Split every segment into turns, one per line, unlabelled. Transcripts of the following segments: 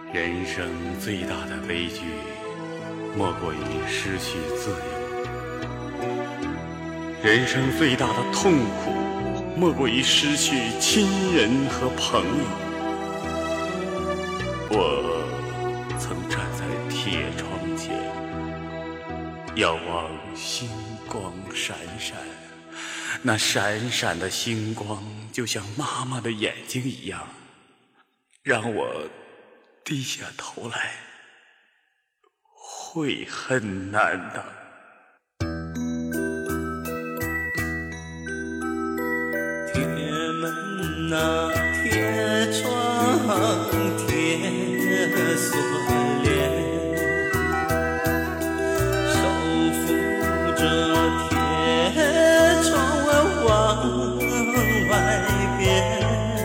人生最大的悲剧，莫过于失去自由；人生最大的痛苦，莫过于失去亲人和朋友。我曾站在铁窗前，遥望星光闪闪，那闪闪的星光就像妈妈的眼睛一样，让我低下头来，悔恨难当。
铁门啊，铁窗，铁锁链，手扶着铁窗往外边，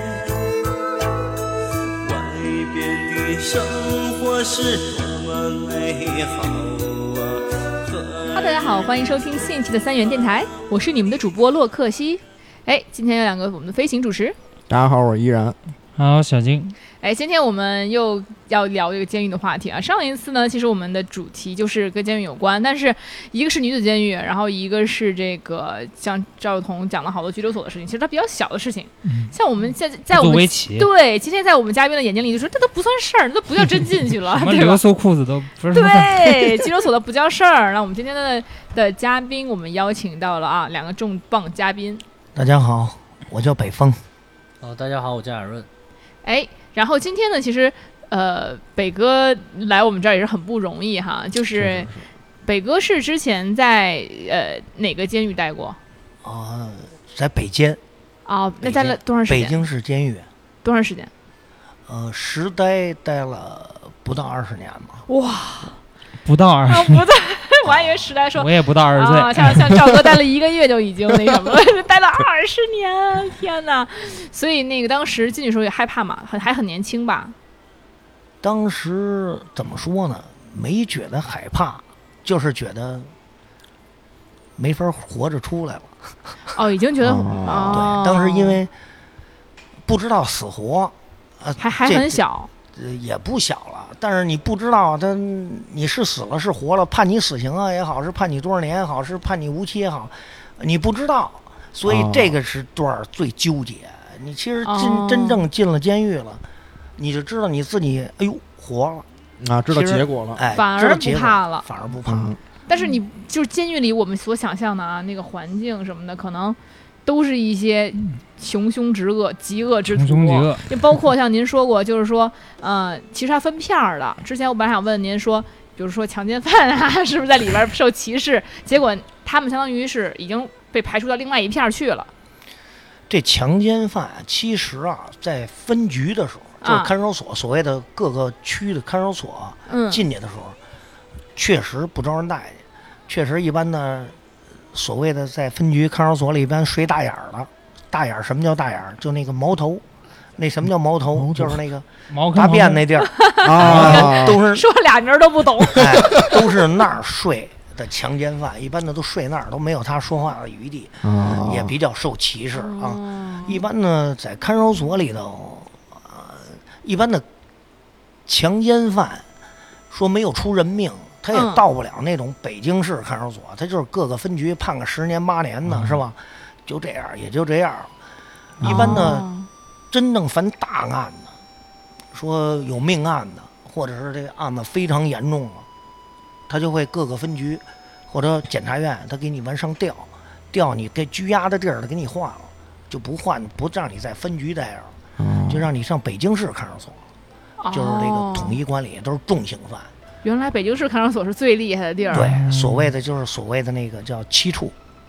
外边的生活是多么美好啊！
大家好，欢迎收听新一期的三元电台，我是你们的主播洛克西。今天有两个我们的飞行主持。
大家好，我是依然。
好，小金。
今天我们又要聊这个监狱的话题啊。上一次呢，其实我们的主题就是跟监狱有关，但是一个是女子监狱，然后一个是这个像赵幼彤讲了好多拘留所的事情，其实它比较小的事情。像我们在我们对，今天在我们嘉宾的眼睛里就说这都不算事儿，这都不叫真进去了，
什么流苏裤子都不是。
对，拘留所的不叫事儿。那我们今天的嘉宾，我们邀请到了两个重磅嘉宾。
大家好，我叫北风。
大家好，我叫冉润。
然后今天呢，其实北哥来我们这儿也是很不容易哈，就是北哥是之前在哪个监狱待过？
在北监。
那待了多长时间？
北京市监狱。
多长时间？
实待了不到20年吧。
哇，
不到20，
不到。我还以为时代说
我也不到20岁
像赵哥待了1个月就已经那什么了，待了20年，天哪！所以那个当时进去的时候也害怕嘛，还很年轻吧？
当时怎么说呢？没觉得害怕，就是觉得没法活着出来了。
已经觉得
对，当时因为不知道死活，
还很小。
也不小了，但是你不知道你是死了是活了，判你死刑啊也好，是判你多少年也好，是判你无期也好，你不知道，所以这个是段最纠结。你其实真正进了监狱了，你就知道你自己活了
知道结果了，
反而不怕了，
反而不怕。
但是你就是监狱里我们所想象的那个环境什么的，可能都是一些穷凶极恶、极恶之徒，就包括像您说过，就是说，其实它分片儿的。之前我本来想问您说，比如说强奸犯是不是在里边受歧视？结果他们相当于是已经被排除到另外一片去了。
这强奸犯其实在分局的时候，就是看守所，所谓的各个区的看守所，进去的时候，确实不招人待见，确实一般的。所谓的在分局看守所里一般睡大眼儿的，大眼儿什么叫大眼儿？就那个毛头，那什么叫毛头？就是那个大便那地儿都是
说俩名都不懂，
都是那儿睡的强奸犯，一般的都睡那儿，都没有他说话的余地，也比较受歧视啊。一般呢，在看守所里头，一般的强奸犯说没有出人命。他也到不了那种北京市看守所，他就是各个分局判个10年8年的，是吧？就这样，也就这样。一般呢，真正犯大案的，说有命案的，或者是这个案子非常严重了，他就会各个分局或者检察院，他给你往上调你给拘押的地儿，他给你换了，就不让你在分局待着，就让你上北京市看守所，就是这个统一管理，都是重刑犯。
原来北京市看守所是最厉害的地儿。
对，所谓的那个叫7处。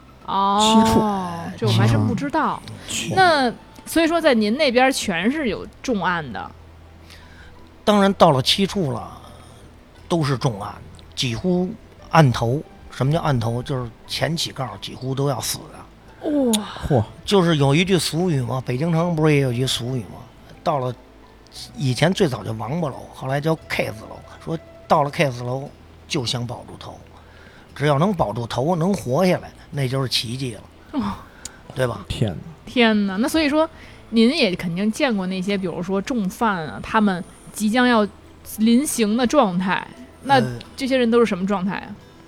7处，
这我还真不知道。那所以说，在您那边全是有重案的。
当然，到了7处了，都是重案，几乎案头。什么叫案头？就是前起告几乎都要死的。
哇！
就是有一句俗语嘛，北京城不是也有一句俗语吗？到了以前最早叫王八楼，后来叫 K 字楼，说。到了 K 字楼就想保住头，只要能保住头能活下来，那就是奇迹了，对吧？
天哪！那所以说您也肯定见过那些比如说重犯他们即将要临刑的状态。那这些人都是什么状态啊？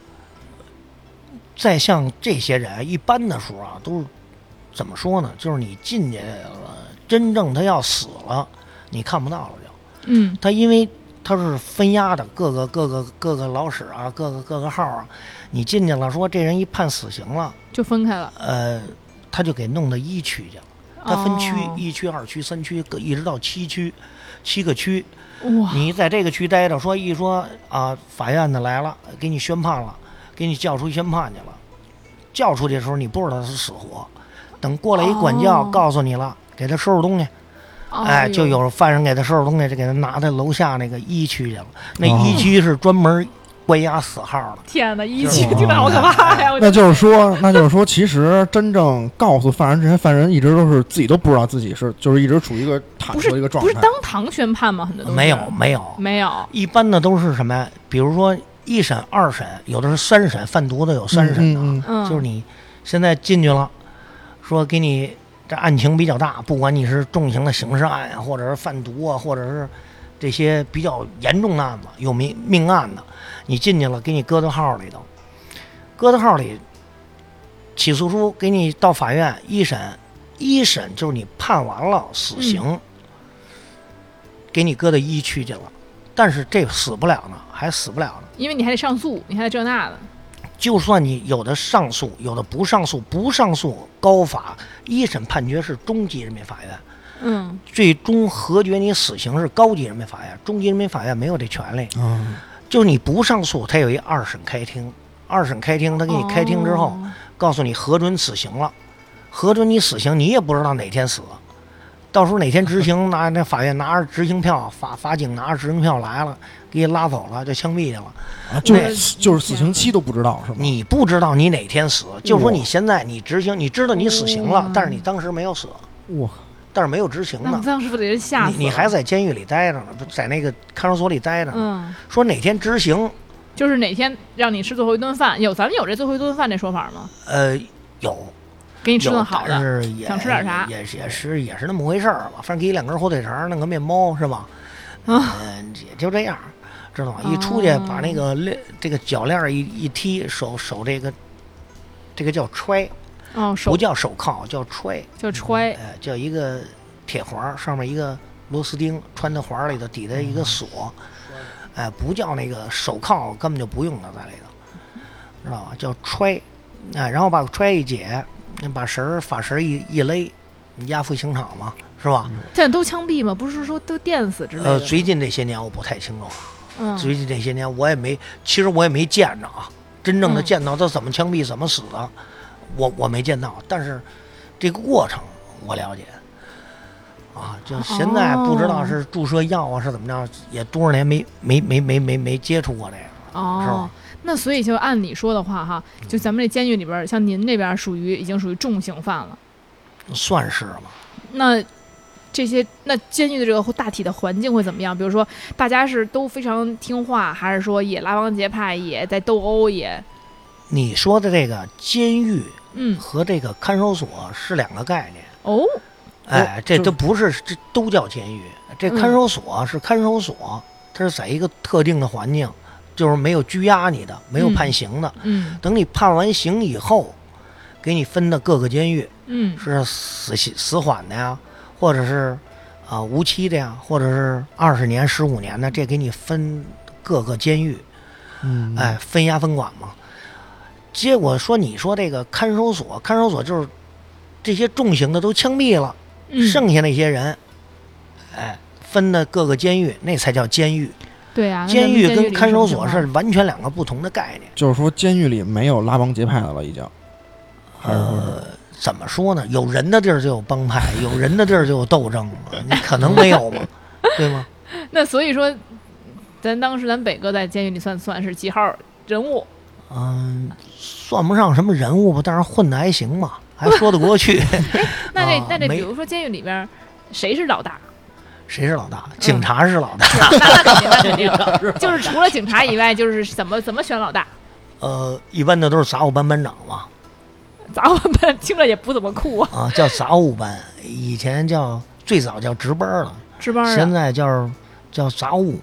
再像这些人一般的时候啊，都是怎么说呢？就是你进去了，真正他要死了，你看不到了就。他因为他是分押的各个老史啊，各个号啊，你进去了，说这人一判死刑了，
就分开了。
他就给弄到1区去了。他分区，1区、2区、3区，一直到7区，7个区。
哇！
你在这个区待着，一说啊，法院的来了，给你宣判了，给你叫出宣判去了。叫出去的时候，你不知道他是死活。等过来一管教，告诉你了，给他收拾东西。就有犯人给他收拾东西，就给他拿到楼下那个1区去了。那1区是专门关押死号的。
天哪，1区听着好可怕呀！
那就是说，其实真正告诉犯人，这些犯人一直都是自己都不知道自己是，就是一直处于一个忐忑的一个状态。
不是当堂宣判吗？很多都是
没有。一般的都是什么呀？比如说1审、2审，有的是3审，贩毒的有3审的，就是你现在进去了，说给你这案情比较大，不管你是重型的刑事案啊，或者是贩毒啊，或者是这些比较严重的案子，有命案的，你进去了，给你搁到号里头，搁到号里，起诉书给你到法院1审就是你判完了死刑，给你搁到1区去了，但是这死不了呢，还死不了呢，
因为你还得上诉，你还得这那的。
就算你有的上诉，有的不上诉，不上诉高法1审判决是中级人民法院，最终核决你死刑是高级人民法院，中级人民法院没有这权利。就是你不上诉，他有一2审开庭，2审开庭，他给你开庭之后，告诉你核准死刑了，核准你死刑，你也不知道哪天死，到时候哪天执行，那法院拿着执行票，法警拿着执行票来了，给你拉走了，就枪毙去了。
就是死刑期都不知道是吗？
你不知道你哪天死，就说你现在你执行，你知道你死刑了，但是你当时没有死，但是没有执行呢。
那当时不得吓死？
你还在监狱里待着呢，在那个看守所里待着呢。说哪天执行，
就是哪天让你吃最后一顿饭。咱们有这最后一顿饭这说法吗？
有。
给你吃顿好的，想吃点啥？
也是那么回事儿吧。反正给你2根火腿肠，弄个面包是吧？也就这样，知道吗？一出去把那个这个脚链一踢，手这个叫揣，不叫手铐，叫揣，
叫揣，
叫一个铁环，上面一个螺丝钉穿在环里头，底下一个锁，不叫那个手铐，根本就不用了在里头，知道吧？叫揣，然后把揣一解。把法绳一勒，押赴刑场嘛，是吧？
现在都枪毙吗？不是说都电死之类的？
最近这些年我不太清楚。最近这些年其实我也没见着啊，真正的见到他怎么枪毙、怎么死的，我没见到。但是这个过程我了解。就现在不知道是注射药啊，是怎么着，也多少年没接触过这个，是吧？
那所以就按你说的话哈，就咱们这监狱里边，像您这边已经属于重刑犯了，
算是嘛。
那监狱的这个大体的环境会怎么样？比如说大家是都非常听话，还是说也拉帮结派，也在斗殴也？
你说的这个监狱，和这个看守所是2个概念。这都不是，这都叫监狱。这看守所是看守所，它是在一个特定的环境。就是没有拘押你的，没有判刑的。等你判完刑以后，给你分的各个监狱，是死缓的呀，或者是无期的呀，或者是20年、15年的，这给你分各个监狱，分押分管嘛。结果说你说这个看守所就是这些重刑的都枪毙了，剩下那些人，分的各个监狱，那才叫监狱。
对啊，
监狱跟看守所是完全2个不同的概念。
就是说，监狱里没有拉帮结派的了，已经。
怎么说呢？有人的地儿就有帮派，有人的地儿就有斗争，你可能没有吗？对吗？
那所以说，当时咱北哥在监狱里算是几号人物？
算不上什么人物吧，但是混得还行嘛，还说得过去。
那这，比如说监狱里边谁是老大？
谁是老大？警察是老大。
那肯定，就是除了警察以外，就是怎么选老大？
一般的都是杂务班班长嘛。
杂务班听着也不怎么酷啊。
叫杂务班，以前最早叫值班了，
值班。
现在叫杂务。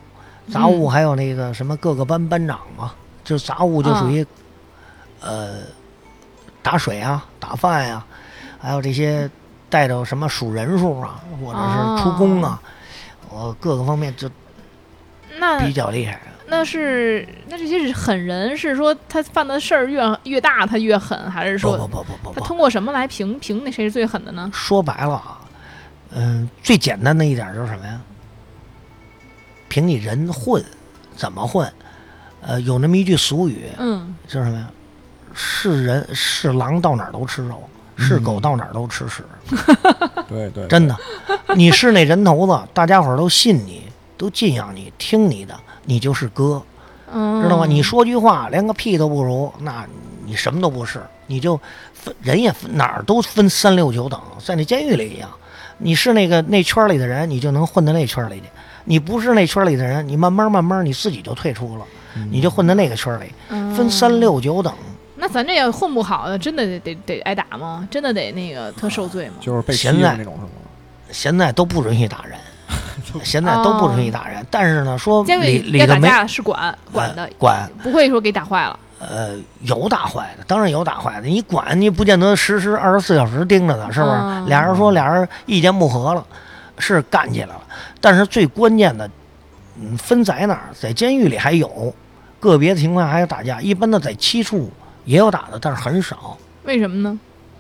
杂物还有那个什么各个班长嘛，就杂物就属于打水啊、打饭呀，还有这些带着什么数人数啊，或者是出工啊，各个方面就比较厉害。
那这些是狠人，是说他犯的事儿越大他越狠，还是说
不，
他通过什么来评那谁是最狠的呢？
说白了啊，最简单的一点就是什么呀？凭你人混，怎么混？有那么一句俗语，就是什么呀？是狼到哪儿都吃肉，是狗到哪儿都吃屎。
对对，
真的，你是那人头子，大家伙儿都信你，都敬仰你，听你的。你就是哥，知道吗？你说句话连个屁都不如，那你什么都不是，你就人也哪儿都分3、6、9等，在那监狱里一样。你是那圈里的人，你就能混到那圈里去；你不是那圈里的人，你慢慢你自己就退出了，你就混到那个圈里，分3、6、9等。
那咱这要混不好的，真的得挨打吗？真的得那个特受罪吗？
就是被欺负那种是吗？
现在都不允许打人。现在都不允许打人，但是呢，说
监狱
里头
打架是管的，不会说给打坏了。
有打坏的，当然有打坏的。你管你不见得时24小时盯着的，是不是？俩人意见不合了，是干起来了。但是最关键的，分在哪儿？在监狱里还有个别的情况还有打架，一般的在7处也有打的，但是很少。
为什么呢？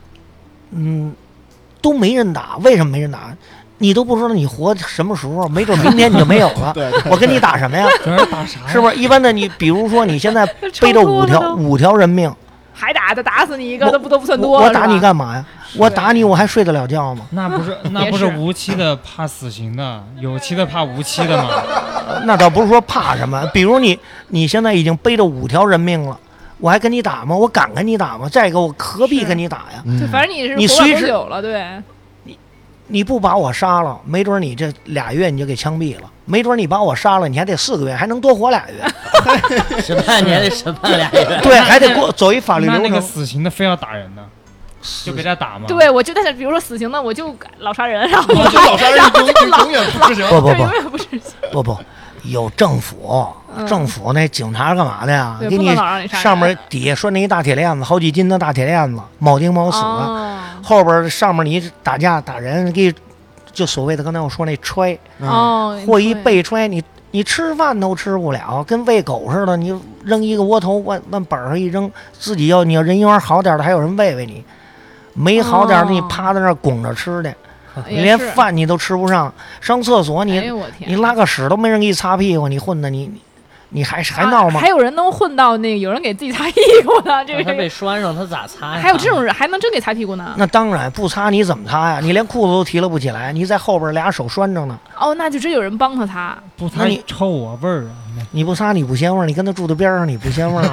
都没人打。为什么没人打？你都不知道你活什么时候，没准明天你就没有了。
对，
我跟你打什么呀？
打啥？
是不是一般的？你比如说你现在背着五条人命，
还打死你一个都不算多。
我打你干嘛呀？我打你我还睡得了觉吗？
那不是无期的怕死刑的，有期的怕无期的吗？
那倒不是说怕什么，比如你现在已经背着5条人命了。我还跟你打吗？我敢跟你打吗？再一个，我何必跟你打呀？
就反正
你随时
久了，对。
你不把我杀了，没准你这2月你就给枪毙了；没准你把我杀了，你还得4个月，还能多活2月。
审判你还得审判2月，
对，还得走一法律流程。
那个死刑的非要打人呢，就给他打吗？
对，我就在想，比如说死刑的，我就老杀人，然后
老杀人永远不执行。
永远不执行。
不，有政府那警察干嘛的呀？给你上面底下拴那一大铁链子，好几斤的大铁链子，铆钉铆死的。后边上面你打架打人，就所谓的刚才我说那揣，或一被揣，你吃饭都吃不了，跟喂狗似的。你扔一个窝头往板上一扔，自己你要人缘好点的，还有人喂喂你；没好点的，你趴在那儿拱着吃的。你连饭你都吃不上，上厕所你拉个屎都没人给你擦屁股，你混的你还闹吗？
还有人能混到有人给自己擦屁股呢？这个
他被拴上，他咋擦呀？
还有这种人还能真给擦屁股呢？
那当然不擦，你怎么擦呀？你连裤子都提了不起来，你在后边俩手拴着呢。
那就真有人帮他擦。
不擦你臭我味儿啊！
你不擦你不鲜味儿，你跟他住在边上你不鲜味儿。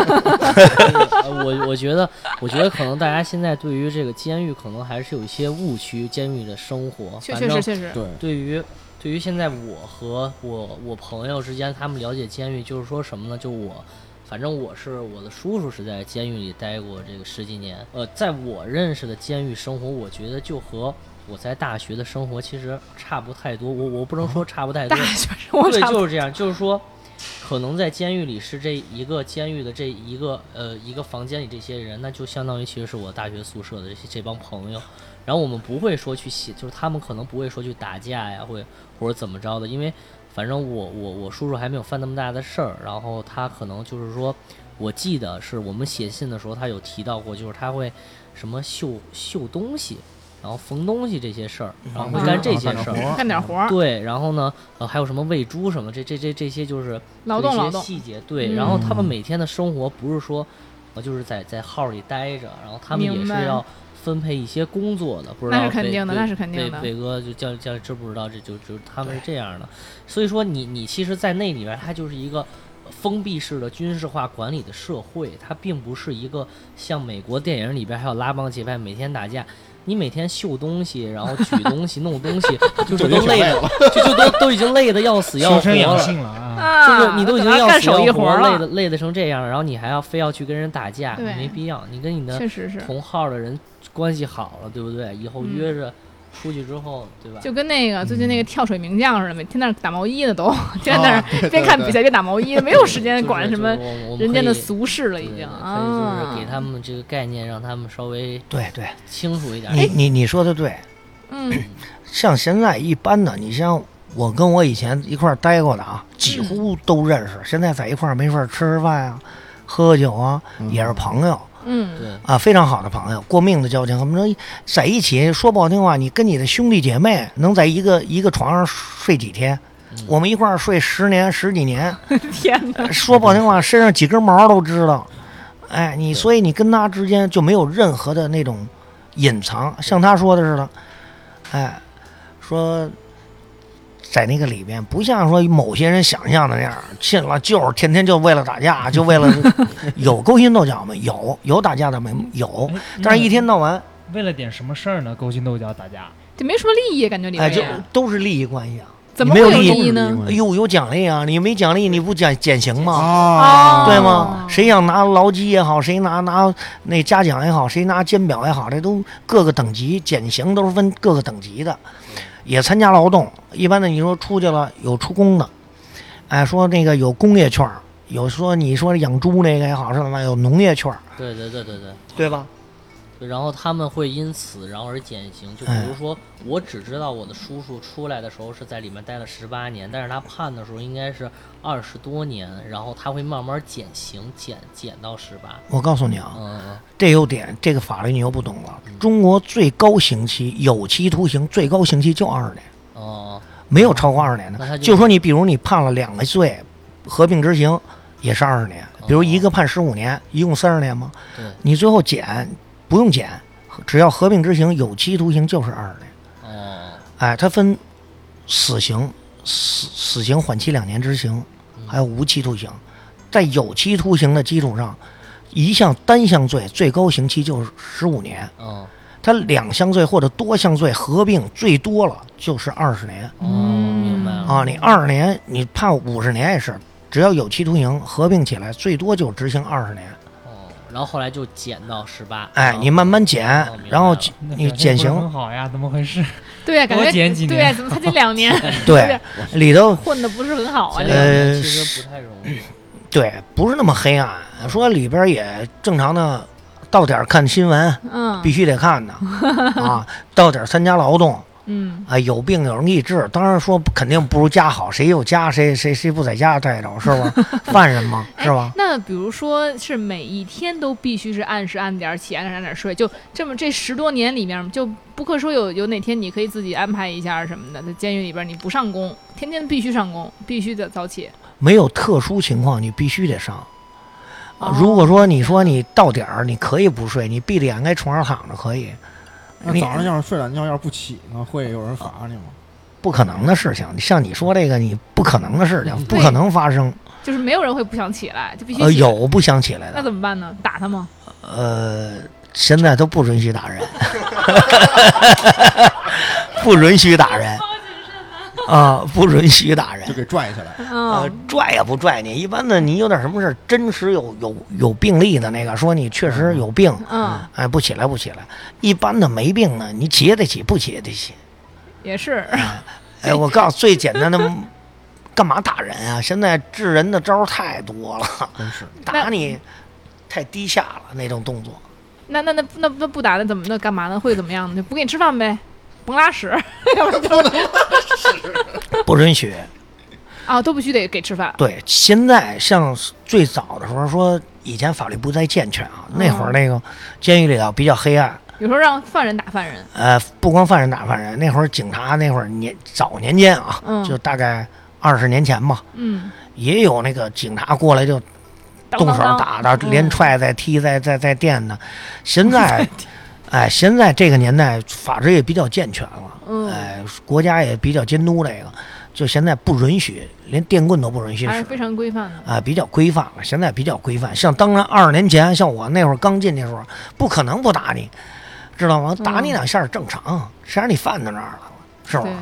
我觉得可能大家现在对于这个监狱可能还是有一些误区，监狱的生活。
确实。
对。对于现在我和我朋友之间，他们了解监狱，就是说什么呢？就反正我的叔叔是在监狱里待过这个10几年。在我认识的监狱生活，我觉得就和我在大学的生活其实差不太多。我不能说差不太多，
大学生活
对，就是这样。就是说，可能在监狱里是这一个监狱的这一个房间里这些人，那就相当于其实是我大学宿舍的这帮朋友。然后我们不会说去就是他们可能不会说去打架呀，或者怎么着的，因为反正我叔叔还没有犯那么大的事儿，然后他可能就是说，我记得是我们写信的时候他有提到过，就是他会什么绣东西，然后缝东西这些事儿，然后会干这些事儿，
干点活。
对，然后呢，还有什么喂猪什么，这些就是
劳动
细节。对，然后他们每天的生活不是说，就是在号里待着，然后他们也是要分配一些工作的，不知道
那是肯定的。
北哥就叫知不知道，这就他们是这样的。所以说你其实，在那里边，它就是一个封闭式的军事化管理的社会，它并不是一个像美国电影里边还有拉帮结派每天打架。你每天绣东西，然后举东西、弄东西，就是都累的，都已经累得要死要活了，就是你都已经要死要活，累得成这样，然后你还非要去跟人打架，没必要。你跟你的同号的人关系好了，对不对？以后约着出去之后，对吧？
就跟那个最近那个跳水名将似的，每天在那打毛衣的都，天天在那边看比赛边打毛衣，没有时间管什么人间的俗事了，已经
啊。就是给他们这个概念，让他们稍微
对
清楚一点。
你说的对，像现在一般的，你像我跟我以前一块待过的啊，几乎都认识。现在在一块没事吃饭啊，喝酒啊，也是朋友。
对
啊，非常好的朋友，过命的交情。我们说在一起，说不好听话，你跟你的兄弟姐妹能在一个床上睡几天？我们一块儿睡10年10几年，
天哪！
说不好听话，身上几根毛都知道。哎，所以你跟他之间就没有任何的那种隐藏，像他说的似的，哎，说在那个里边，不像说某些人想象的那样，信了就是天天就为了打架，就为了有勾心斗角吗？有打架的没有？但是一天到晚
为了点什么事儿呢？勾心斗角打架，
这没什么利益，感觉里面
就都是利益关系啊。
怎么会有利益呢？
哎呦，有奖励啊！你没奖励，你不减刑吗？
啊，
对吗？谁想拿劳基也好，谁拿那嘉奖也好，谁拿监表也好，这都各个等级减刑都是分各个等级的。也参加劳动，一般的你说出去了有出工的，哎，说那个有工业圈，有说你说养猪那个也好是什么，有农业圈，对吧？
然后他们会因此然后而减刑，就比如说我只知道我的叔叔出来的时候是在里面待了18年，但是他判的时候应该是20多年，然后他会慢慢减刑，减到18。
我告诉你啊，这有点这个法律你又不懂了。中国最高刑期有期徒刑最高刑期就20年，没有超过20年的。就说你比如你判了2个罪，合并执行也是20年，比如一个判15年，一共30年嘛。
对，
你最后不用减，只要合并执行，有期徒刑就是20年。哎，它分死刑缓期2年执行，还有无期徒刑。在有期徒刑的基础上，一项单项罪最高刑期就是15年。它2项罪或者多项罪合并最多了就是20年。
明白了
啊，你20年你判50年也是，只要有期徒刑合并起来，最多就执行20年。
然后后来就减到18。
哎，你慢慢减，然后你减刑
很好呀，怎么回事？
对呀，感觉对，怎么才这2年？
对，里头
混的不是很好啊。
其实不太容易。
对，不是那么黑暗。说里边也正常的，到点看新闻，必须得看的啊。到点参加劳动，有病有人给你治。当然说肯定不如家好，谁有家谁不在家待着是吧？犯人嘛，是吧？
那比如说是每一天都必须是按时按点起，按时按点睡，就这10多年里面，就不可说有哪天你可以自己安排一下什么的，在监狱里边你不上工，天天必须上工，必须得早起。
没有特殊情况，你必须得上。如果说你说你到点儿，你可以不睡，你闭着眼在床上躺着可以。
那早上要是睡懒觉，要是不起呢，会有人罚你吗？
不可能的事情，像你说这个，你不可能的事情，不可能发生。
就是没有人会不想起来，就必须起来。
有不想起来的，
那怎么办呢？打他吗？
现在都不允许打人，不允许打人。不允许打人，
就给拽下来。
拽也不拽你，一般的你有点什么事，真实有病例的那个，说你确实有病，不起来。一般的没病呢，你起也得起，不起也得起。
也是。
我告诉最简单的，干嘛打人啊？现在治人的招太多了，
真是
打你太低下了那种动作。
那不打的怎么那干嘛呢？会怎么样呢？就不给你吃饭呗。甭拉屎，
不允许
都必须得给吃饭。
对，现在像最早的时候说，以前法律不太健全啊，那会儿那个监狱里头比较黑暗，
有时候让犯人打犯人。
不光犯人打犯人，那会儿警察那会儿早年间啊，就大概20年前吧，也有那个警察过来就动手打的，连踹再踢再电的。现在。现在这个年代法制也比较健全了，国家也比较监督这个，就现在不允许，连电棍都不允许使，
还是非常规范的
比较规范了。现在比较规范，像当然20年前，像我那会儿刚进那时候，不可能不打你，知道吗？打你2下正常，谁让你犯到那儿了，是吧？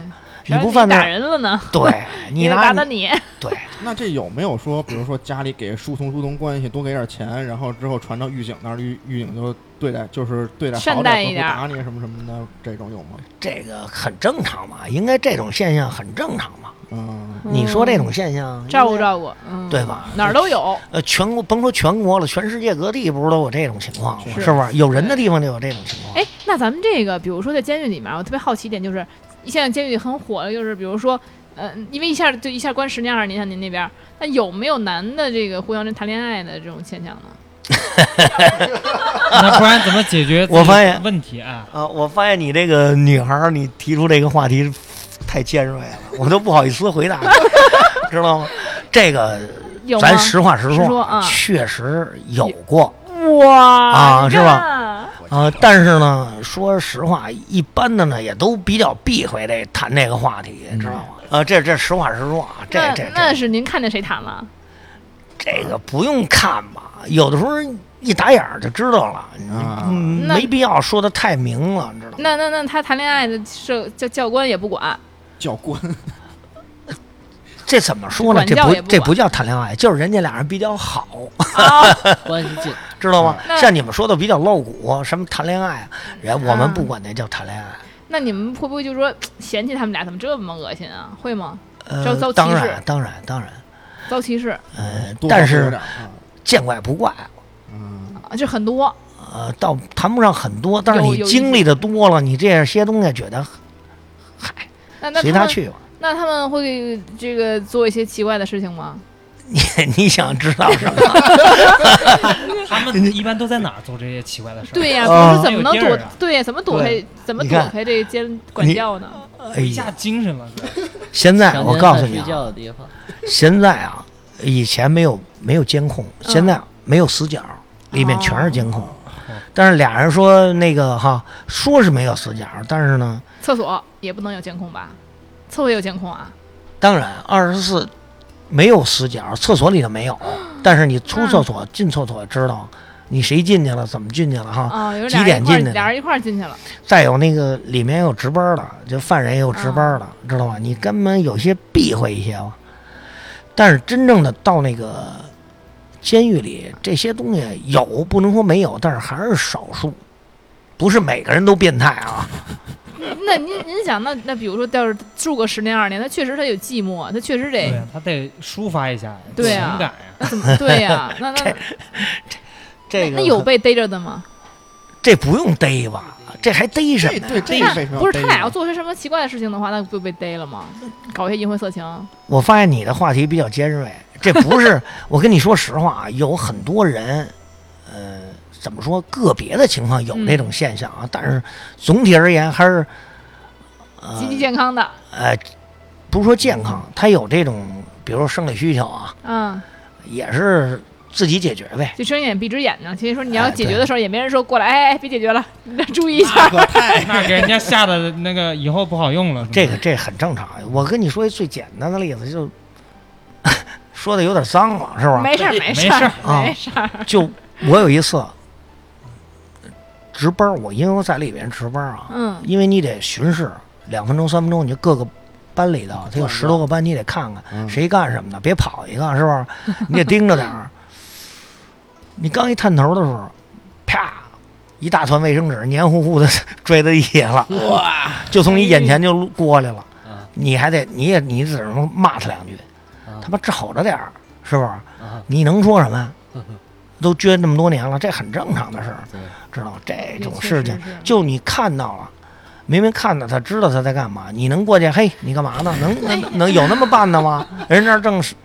你不犯罪
打人了呢？
对，你
打你。
对，
那这有没有说，比如说家里给疏通关系，多给点钱，然后之后传到狱警那儿，狱警就对待
善待一点，
不打你什么的，这种有吗？
这个很正常嘛，应该这种现象很正常嘛。你说这种现象，
照顾，
对吧？
哪儿都有。
全国甭说全国了，全世界各地不是都有这种情况吗？是不是？有人的地方就有这种情况。
哎，那咱们这个，比如说在监狱里面，我特别好奇一点，就是现在监狱里很火的，就是比如说，因为一下关10年20年，像您那边，那有没有男的这个互相谈恋爱的这种现象呢？
那不然怎么解决
我发现
问题啊？
我发现你这个女孩，你提出这个话题太尖锐了，我都不好意思回答，知道吗？这个咱实话实说，确实有过。
哇
是吧？但是呢，说实话，一般的呢也都比较避讳谈这个话题，知道吗？这实话实说啊，
那是您看见谁谈了？
这个不用看吧，有的时候一打眼就知道了，没必要说的太明了，知道吗？
那他谈恋爱的教官也不管，
教官。
这怎么说呢？这不叫谈恋爱，就是人家俩人比较好，
关系近，
知道吗？像你们说的比较露骨，什么谈恋爱，我们不管那叫谈恋爱。
那你们会不会就说嫌弃他们俩怎么这么恶心啊？会吗？遭歧视？
当然，
遭歧视。
但是见怪不怪。
这很多。
倒谈不上很多，但是你经历的多了，你这些东西觉得，嗨，随他去吧。
那他们会这个做一些奇怪的事情吗？
你想知道什么？
他们一般都在哪儿做这些奇怪的事？
对呀，比如说怎么能躲？对呀，怎么躲开这个监管教呢？
下精神了。
现在我告诉你啊，现在啊，以前没有监控，现在没有死角，里面全是监控。但是俩人说那个说是没有死角，但是呢，
厕所也不能有监控吧？厕所有监控啊？
当然，24没有死角，厕所里头没有，但是你出厕所、进厕所知道你谁进去了，怎么进去了几点进去的，
俩人一块进去了。
再有那个里面有值班的，就犯人也有值班的，知道吧？你根本有些避讳一些吧。但是真正的到那个监狱里，这些东西有，不能说没有，但是还是少数，不是每个人都变态啊。
那您想，那比如说，要是住个10年20年，他确实他有寂寞，他确实
他得抒发一下
情
感呀。
那怎么对呀？那
这个
那有被逮着的吗？
这不用逮吧？这还逮什么？
这
不是他俩要做些什么奇怪的事情的话，那不被逮了吗？搞一些淫秽色情。
我发现你的话题比较尖锐，这不是我跟你说实话，有很多人，怎么说？个别的情况有这种现象啊，但是总体而言还是
积极健康的。
不是说健康，他有这种，比如说生理需求啊，也是自己解决呗。
就睁眼闭只眼呢。其实说你要解决的时候，也没人说过来，别解决了，你注意一下。
那给人家吓得那个以后不好用了。
这很正常。我跟你说一最简单的例子，就说的有点脏了，是吧？
没事。
就我有一次。值班，因为我在里边值班啊，因为你得巡视2分钟3分钟，你就各个班里头，它有10多个班，你得看看谁干什么的，别跑一个，是不是？你得盯着点儿。你刚一探头的时候，啪，一大团卫生纸黏糊糊的坠在地下了，哇！就从你眼前就过来了，你还得，你只能骂他2句，他妈瞅着点儿，是不是？你能说什么？都捐这么多年了，这很正常的事儿，知道吗？这种事情，就你看到了，明明看到他，知道他在干嘛，你能过去？嘿，你干嘛呢？能有那么办的吗？人这正是，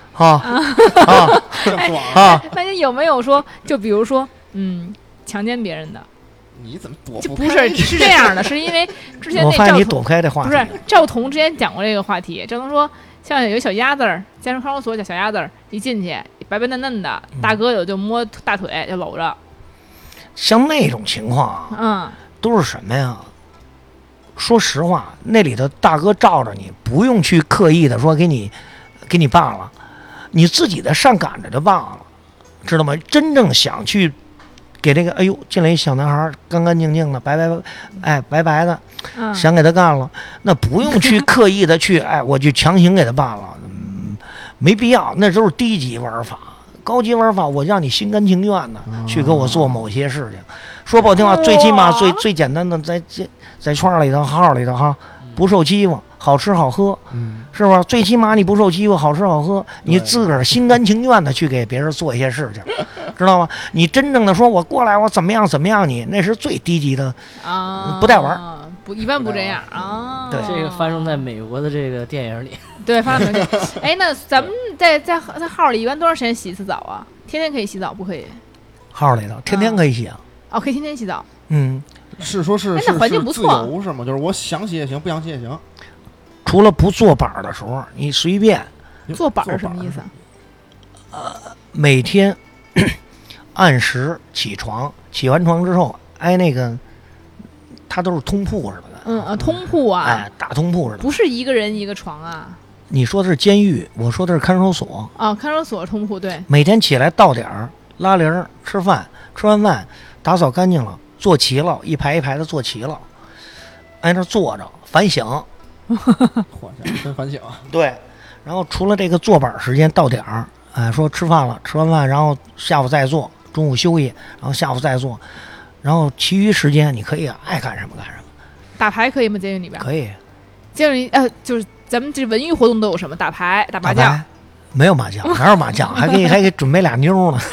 那你有没有说，就比如说，强奸别人的？
你怎么躲不开？
不是，是这样的，是因为之前
我发现你躲不开这话题。
不是赵彤之前讲过这个话题，赵彤说，像有小鸭子儿，家中看守所叫小鸭子儿，一进去白白嫩嫩的，大哥有就摸大腿就搂着。
像那种情况都是什么呀？说实话，那里头大哥罩着你，不用去刻意的说给你办了，你自己的上赶着就办了，知道吗？真正想去给这个哎呦进来一小男孩，干干净净的，白白的，想给他干了，那不用去刻意的去我去强行给他办了，没必要，那都是低级玩法。高级玩法，我让你心甘情愿的去给我做某些事情。说不好听话，最起码最简单的，在圈里头号里头哈，不受欺负，好吃好喝，是吧？最起码你不受欺负，好吃好喝，你自个儿心甘情愿的去给别人做一些事情，知道吗？你真正的说我过来我怎么样，你那是最低级的不带玩。
一般不这样啊。
对，这个发生在美国的这个电影里。
对，发生在那咱们在号里一般多长时间洗一次澡啊？天天可以洗澡不可以？
号里头天天可以洗啊。
可以天天洗澡。
是说是
那环境不错，
自由是吗？就是我想洗也行，不想洗也行。
除了不坐板的时候，你随便。
坐板是什么意思？
每天按时起床，起完床之后，那个。它都是通铺似
的，通铺啊，
大通铺似的，
不是一个人一个床啊。
你说的是监狱，我说的是看守所。
看守所通铺对。
每天起来到点儿拉铃吃饭，吃完饭打扫干净了，坐齐了，一排一排的坐齐了，挨那坐着反省。
真反省。
对，然后除了这个坐板时间到点儿，说吃饭了，吃完饭然后下午再做，中午休息，然后下午再做。然后其余时间你可以爱干什么干什么。
打牌可以吗？监狱里边可
以。
监狱就是咱们这文娱活动都有什么？打牌、打麻将。
没有麻将，哪有麻将？还给准备俩妞呢。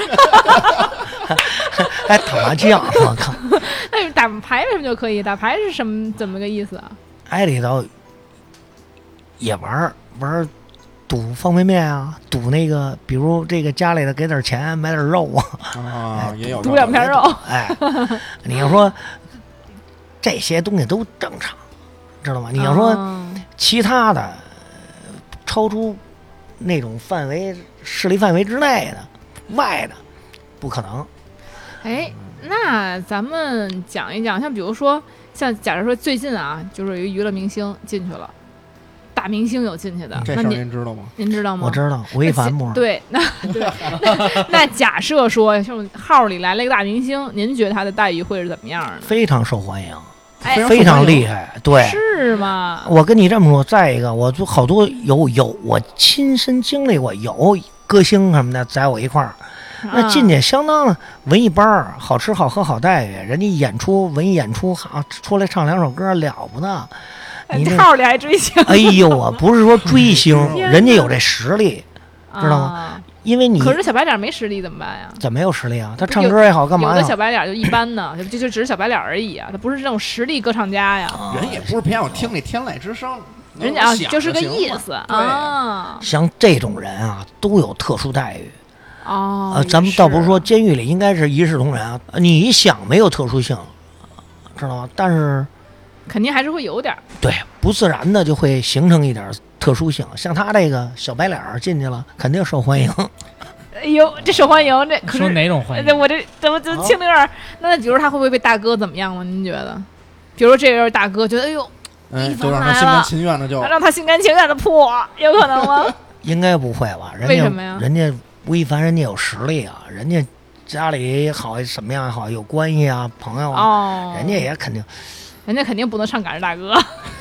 还打麻将，我靠！
那打牌为什么就可以？打牌是怎么个意思啊？
里头也玩赌方便面啊，赌那个，比如这个家里头给点钱买点肉啊，
也有
赌2片肉。
你要说这些东西都正常，知道吗？你要说其他的超出那种势力范围之内的外的，不可能。
那咱们讲一讲，像比如说，像假如说最近啊，就是有一娱乐明星进去了。大明星有进去的，
这事儿您知道吗？
您知道吗？
我知道，吴亦凡不是？
对，那假设说，像号里来了一个大明星，您觉得他的待遇会是怎么样的？
非常受欢迎，非常厉害，对，
是吗？
我跟你这么说，再一个，我就好多有我亲身经历过，有歌星什么的在我一块儿，那进去相当文艺班，好吃好喝好待遇，人家演出文艺演出好，出来唱2首歌了不得。你
号里还追星？
哎呦啊，不是说追星，人家有这实力，知道吗？因为
可是小白脸没实力怎么办呀？
怎么没有实力啊？他唱歌也好，干嘛呀？
有的小白脸就一般的，就只是小白脸而已啊，他不是这种实力歌唱家呀。
人也不是偏要听那天籁之声，
人家就是个意思啊。
像这种人啊，都有特殊待遇。咱们倒不是说监狱里应该是一视同仁啊，你想没有特殊性，知道吗？但是。
肯定还是会有点，
对，不自然的就会形成一点特殊性。像他这个小白脸进去了，肯定受欢迎。
哎呦，这受欢迎，这可是
说哪种欢迎？
我这怎么就听着有点？那比如他会不会被大哥怎么样吗？您觉得？比如这人大哥觉得，哎呦，
就让他心甘情愿的
让他心甘情愿的破，有可能吗？
应该不会吧？
为什么呀？
人家吴亦凡人家有实力啊，人家家里好什么样好，有关系啊，朋友啊，人家也肯定。
人家肯定不能上赶着大哥，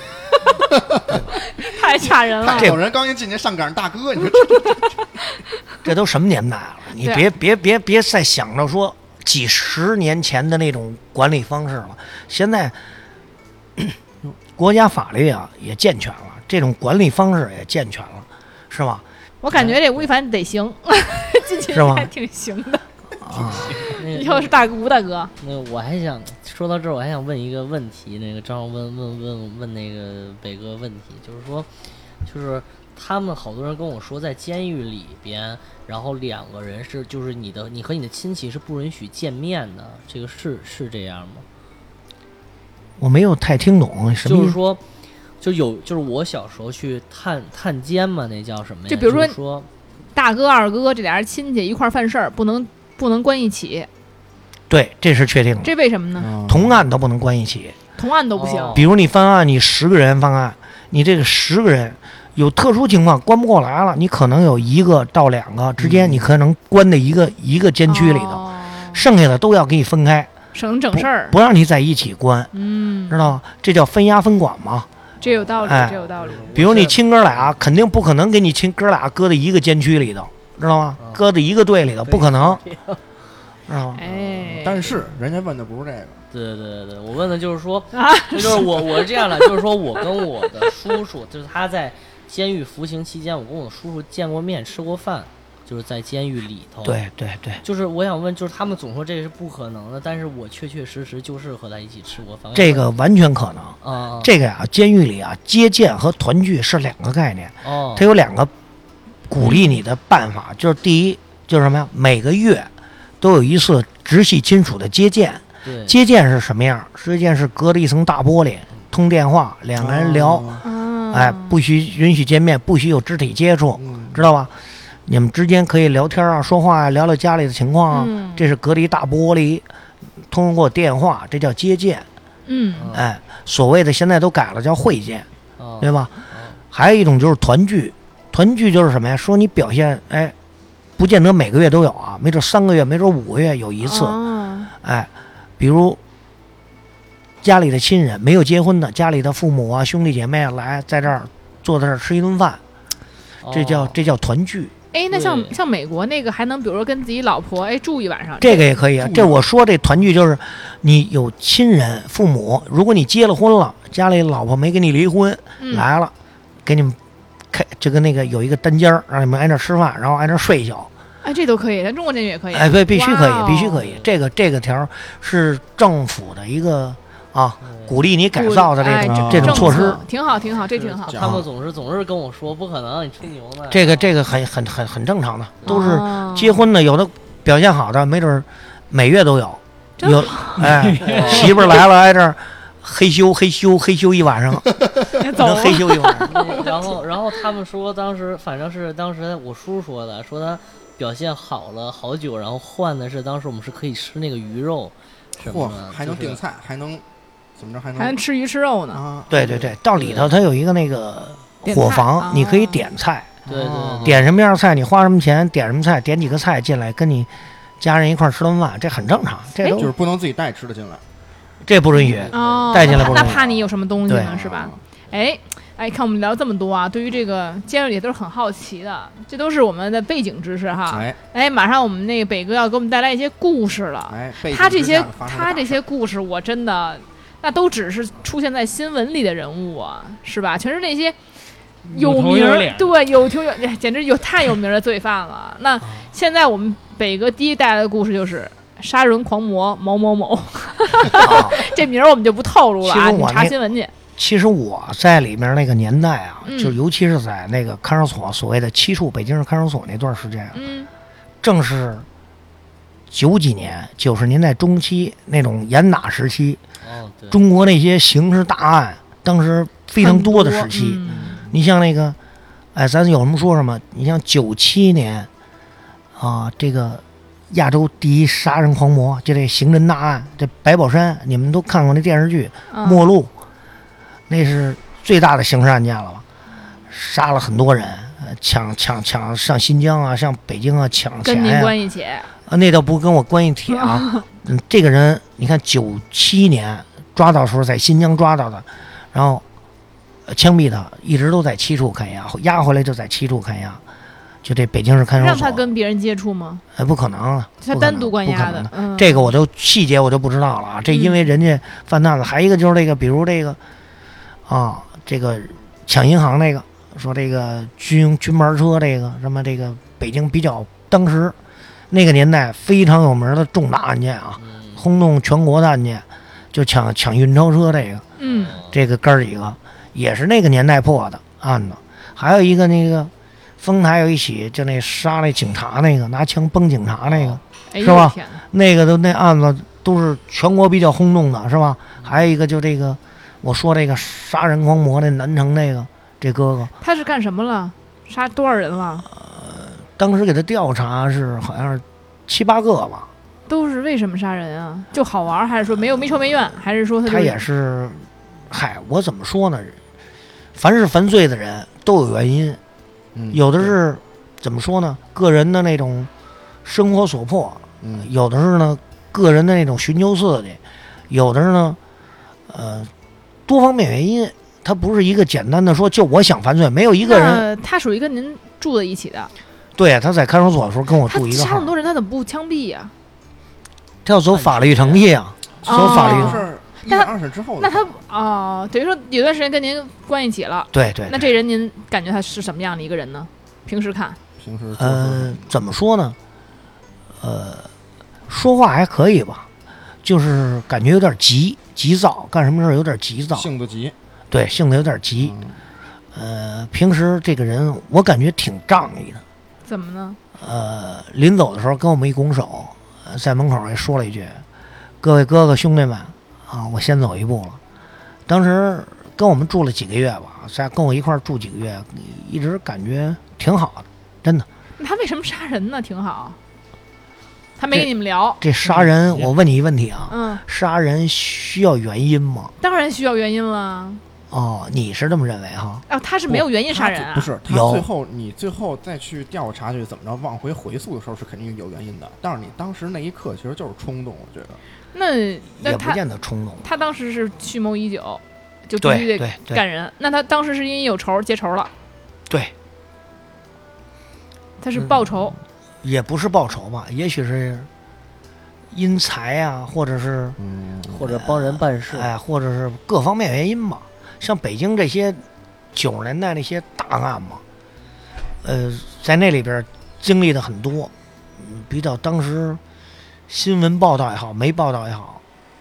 太吓人了。
有人刚一进去上赶着大哥，你说
这都什么年代了？你别再想着说几十年前的那种管理方式了。现在国家法律啊也健全了，这种管理方式也健全了，是吧？
我感觉这吴亦凡得行，进去还挺行的。以后是吴大哥。
那我还想说到这儿，我还想问一个问题，那个正好问那个北哥问题，就是说，就是他们好多人跟我说，在监狱里边，然后2个人是就是你和你的亲戚是不允许见面的，这个是这样吗？
我没有太听懂什么。
就是说，就是我小时候去探监嘛，那叫什么呀？
就比如
说，
大哥二哥这俩人亲戚一块犯事儿，不能关一起。
对，这是确定的。
这为什么呢？
同案都不能关一起，
同案都不行。
比如你犯案，你10个人犯案，你这个10个人有特殊情况关不过来了，你可能有1个到2个之间，你可能关在一个监区里头， 剩下的都要给你分开，
省整事儿，
不让你在一起关，知道吗？这叫分押分管嘛。
这有道理，这有道理。
比如你亲哥俩，肯定不可能给你亲哥俩搁在一个监区里头，知道吗？搁在一个队里头，不可能，知道吗？
哎，
但是人家问的不是这个。
对，我问的就是说，就是我是这样的，就是说我跟我的叔叔，就是他在监狱服刑期间，我跟我叔叔见过面，吃过饭。就是在监狱里头，
对，
就是我想问，就是他们总说这个是不可能的，但是我确实就是和他一起吃过饭，
这个完全可能。这个呀，监狱里啊，接见和团聚是两个概念。它有两个鼓励你的办法，就是第一就是什么呀？每个月都有一次直系亲属的接见。接见是什么样？接见是隔着一层大玻璃，通电话，两个人聊，不许允许见面，不许有肢体接触，知道吧？你们之间可以聊天啊，说话啊，聊聊家里的情况啊。这是隔着一大玻璃，通过电话，这叫接见。所谓的现在都改了，叫会见，对吧？还有一种就是团聚，团聚就是什么呀？说你表现，不见得每个月都有啊，没准3个月，没准5个月有一次。比如家里的亲人没有结婚的，家里的父母啊、兄弟姐妹来在这儿坐在这儿吃一顿饭，这叫团聚。
那像美国那个还能比如说跟自己老婆住一晚上，
这个也可以啊。这我说这团聚就是你有亲人父母，如果你结了婚了，家里老婆没跟你离婚，来了，给你们就跟那个有一个单间让你们挨那吃饭，然后挨那睡一觉。
这都可以，咱中国监狱也可以。
对，必须可以，必须可以。这个条是政府的一个鼓励你改造的这种措施，
挺好，这挺好。
他们总是跟我说不可能，你吹牛呢。
这个很正常的，都是结婚的，有的表现好的，没准每月都有。媳妇儿来了挨这儿黑修一晚上，能黑修一晚上。
然后他们说当时我叔说的，说他表现好了好久，然后换的是当时我们是可以吃那个鱼肉，
还能订菜，还能。怎么着还
能吃鱼吃肉呢？
对，到里头它有一个那个伙房，你可以点菜。
对，
点什么样菜，你花什么钱，点什么菜，点几个菜进来，跟你家人一块吃顿饭，这很正常。这都
就是不能自己带吃的进来，
这不允许带进来不允许。
那怕你有什么东西呢，是吧？看我们聊这么多啊，对于这个监狱里都是很好奇的，这都是我们的背景知识哈。马上我们那个北哥要给我们带来一些故事了。他这些故事我真的。那都只是出现在新闻里的人物啊，是吧？全是那些有名对有头有简直太有名的罪犯了。那现在我们北哥第一带来的故事就是杀人狂魔某某某，这名我们就不透露了啊，你查新闻去。
其实我在里面那个年代啊，就尤其是在那个看守所，所谓的7处北京市看守所那段时间，正是90几年90年代中期那种严打时期。中国那些刑事大案当时非常多的时期，你像那个，咱有什么说什么。你像97年，这个亚洲第一杀人狂魔，就这刑侦大案，这白宝山，你们都看过那电视剧《末路》，那是最大的刑事案件了吧？杀了很多人，抢上新疆啊，上北京啊抢钱，
跟您关系铁
那倒不跟我关系铁啊。这个人你看97年抓到的时候在新疆抓到的，然后枪毙他，一直都在7处看押，押回来就在7处看押，就这北京市看守所。
让他跟别人接触吗？
不可能啊，
他单独关押的。
这个我都细节我就不知道了啊。这因为人家犯案了，还一个就是这个，比如这个这个抢银行那个，说这个军牌车这个什么这个北京比较当时那个年代非常有名的重大案件啊，轰动全国的案件，就抢运钞车这个，这个哥几个也是那个年代破的案子。还有一个那个丰台有一起，就那杀那警察那个拿枪崩警察那个，是吧？那个那案子都是全国比较轰动的，是吧？还有一个就这个我说这个杀人狂魔那南城那个这哥哥，
他是干什么了？杀多少人了？
当时给他调查是好像是7、8个吧。
都是为什么杀人啊？就好玩，还是说没仇没怨，还是说他
也是？我怎么说呢？凡是犯罪的人都有原因，有的是怎么说呢？个人的那种生活所迫， 有的是呢个人的那种寻求刺激，有的是呢多方面原因，他不是一个简单的说就我想犯罪，没有一个人。
他属于跟您住在一起的。
对，他在看守所的时候跟我住一个号。
他杀那么多人，他怎么不枪毙呀？
他要走法律程序啊，走法律。
是1-2审之后。
那他等于说有段时间跟您关一起了。
对对。
那这人您感觉他是什么样的一个人呢？平时看。
平时
怎么说呢？说话还可以吧，就是感觉有点急躁，干什么事有点急躁，
性子急。
对，性子有点急。平时这个人我感觉挺仗义的。
怎么呢？
临走的时候跟我们一拱手，在门口也说了一句：“各位哥哥兄弟们啊，我先走一步了。”当时跟我们住了几个月吧，跟我一块住几个月，一直感觉挺好的，真的。
他为什么杀人呢？挺好。他没跟你们聊。
这杀人，我问你一个问题啊，杀人需要原因吗？
当然需要原因了。
哦，你是这么认为哈？
他是没有原因杀人啊？
不是，你最后再去调查去怎么着往回回溯的时候是肯定有原因的，但是你当时那一刻其实就是冲动，我觉得。
那
也不见得冲动。
他当时是蓄谋已久，就必须得干人。那他当时是因为有仇结仇了。
对。
他是报仇。
也不是报仇吧，也许是因财啊，或者是
或者帮人办事，
或者是各方面原因吧。像北京这些90年代那些大案嘛，在那里边经历的很多，比较当时新闻报道也好，没报道也好。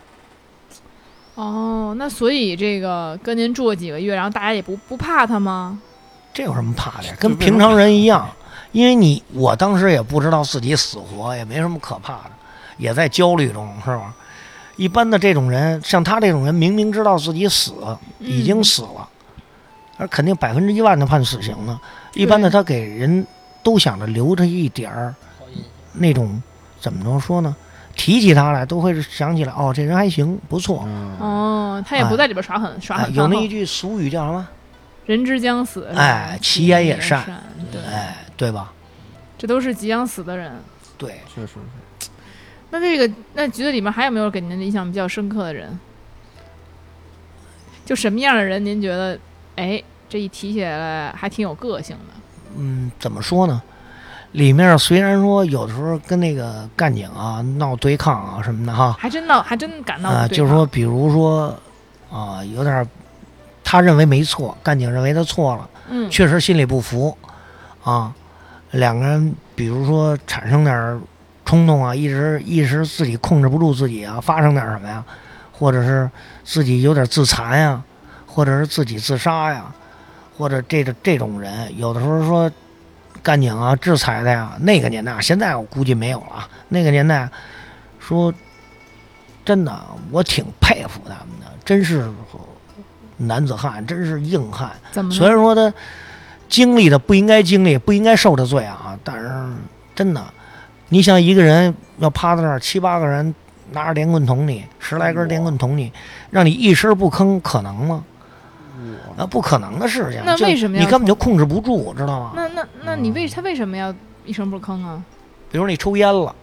哦，那所以这个跟您住了几个月，然后大家也不怕他吗？
这有什么怕的？跟平常人一样。因为我当时也不知道自己死活，也没什么可怕的，也在焦虑中，是吧？一般的这种人，像他这种人，明明知道自己已经死了，而肯定100%的判死刑呢。一般的他给人都想着留着一点儿那种怎么说呢？提起他来都会想起来，哦，这人还行，不错。
他也不在里边耍狠。
有那一句俗语叫什么？
人之将死，
其言也善。对吧？
这都是即将死的人。
对，
确实
是。那局子里面还有没有给您印象比较深刻的人？就什么样的人您觉得，这一提起来还挺有个性的？
怎么说呢？里面虽然说有的时候跟那个干警啊闹对抗啊什么的哈，
还真敢闹对抗。
就是说，比如说有点他认为没错，干警认为他错了，确实心里不服啊。两个人比如说产生点冲动啊，一时自己控制不住自己啊，发生点什么呀，或者是自己有点自残呀，或者是自己自杀呀，或者这种人，有的时候说干警啊制裁的呀，那个年代现在我估计没有了，那个年代说真的我挺佩服他们的，真是男子汉，真是硬汉。虽然说他经历的不应该经历，不应该受的罪啊，但是真的，你想一个人要趴在那儿，7、8个人拿着电棍捅你，10来根电棍捅你，让你一声不吭，可能吗？不可能的事情。
那为什么
你根本就控制不住，知道吗？
那你他为什么要一声不吭啊？
比如你抽烟了，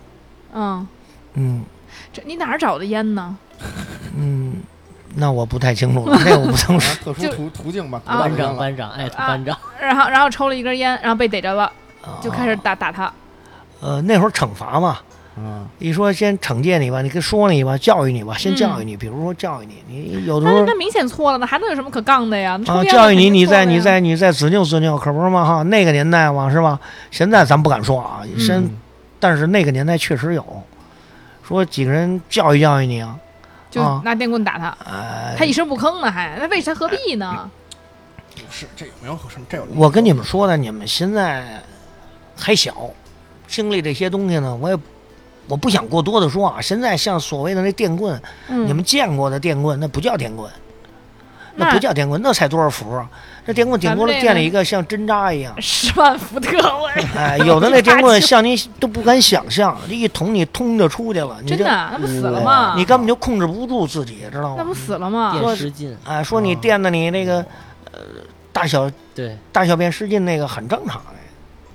这你哪儿找的烟呢？
那我不太清楚了，那我不能说。
特殊途径吧。
班长，班长。
然后抽了一根烟，然后被逮着了，就开始打他。
那会儿惩罚嘛，一说先惩戒你吧，你跟说你吧，教育你吧，先教育你，比如说教育你，你有的时候
那明显错了呢，还能有什么可杠的呀？
教育你再执拗，可不是嘛哈？那个年代嘛是吧？现在咱不敢说啊，但是那个年代确实有，说几个人教育你啊。
就拿电棍打他，他一声不吭呢，还那为啥何必呢？
是这有没有什么？这有
我跟你们说的，你们现在还小，经历这些东西呢，我不想过多的说啊。现在像所谓的那电棍，你们见过的电棍，那不叫电棍，那不叫电棍，那才多少伏啊？这电棍顶多建了一个像针扎一样
10万伏特，
有的那电棍像你都不敢想象，一捅你通就出去了，
真的，那不死了吗？
你根本就控制不住自己，知道吗？
那不死了吗？
电失禁，
说你电的你那个大小便失禁那个很正常的。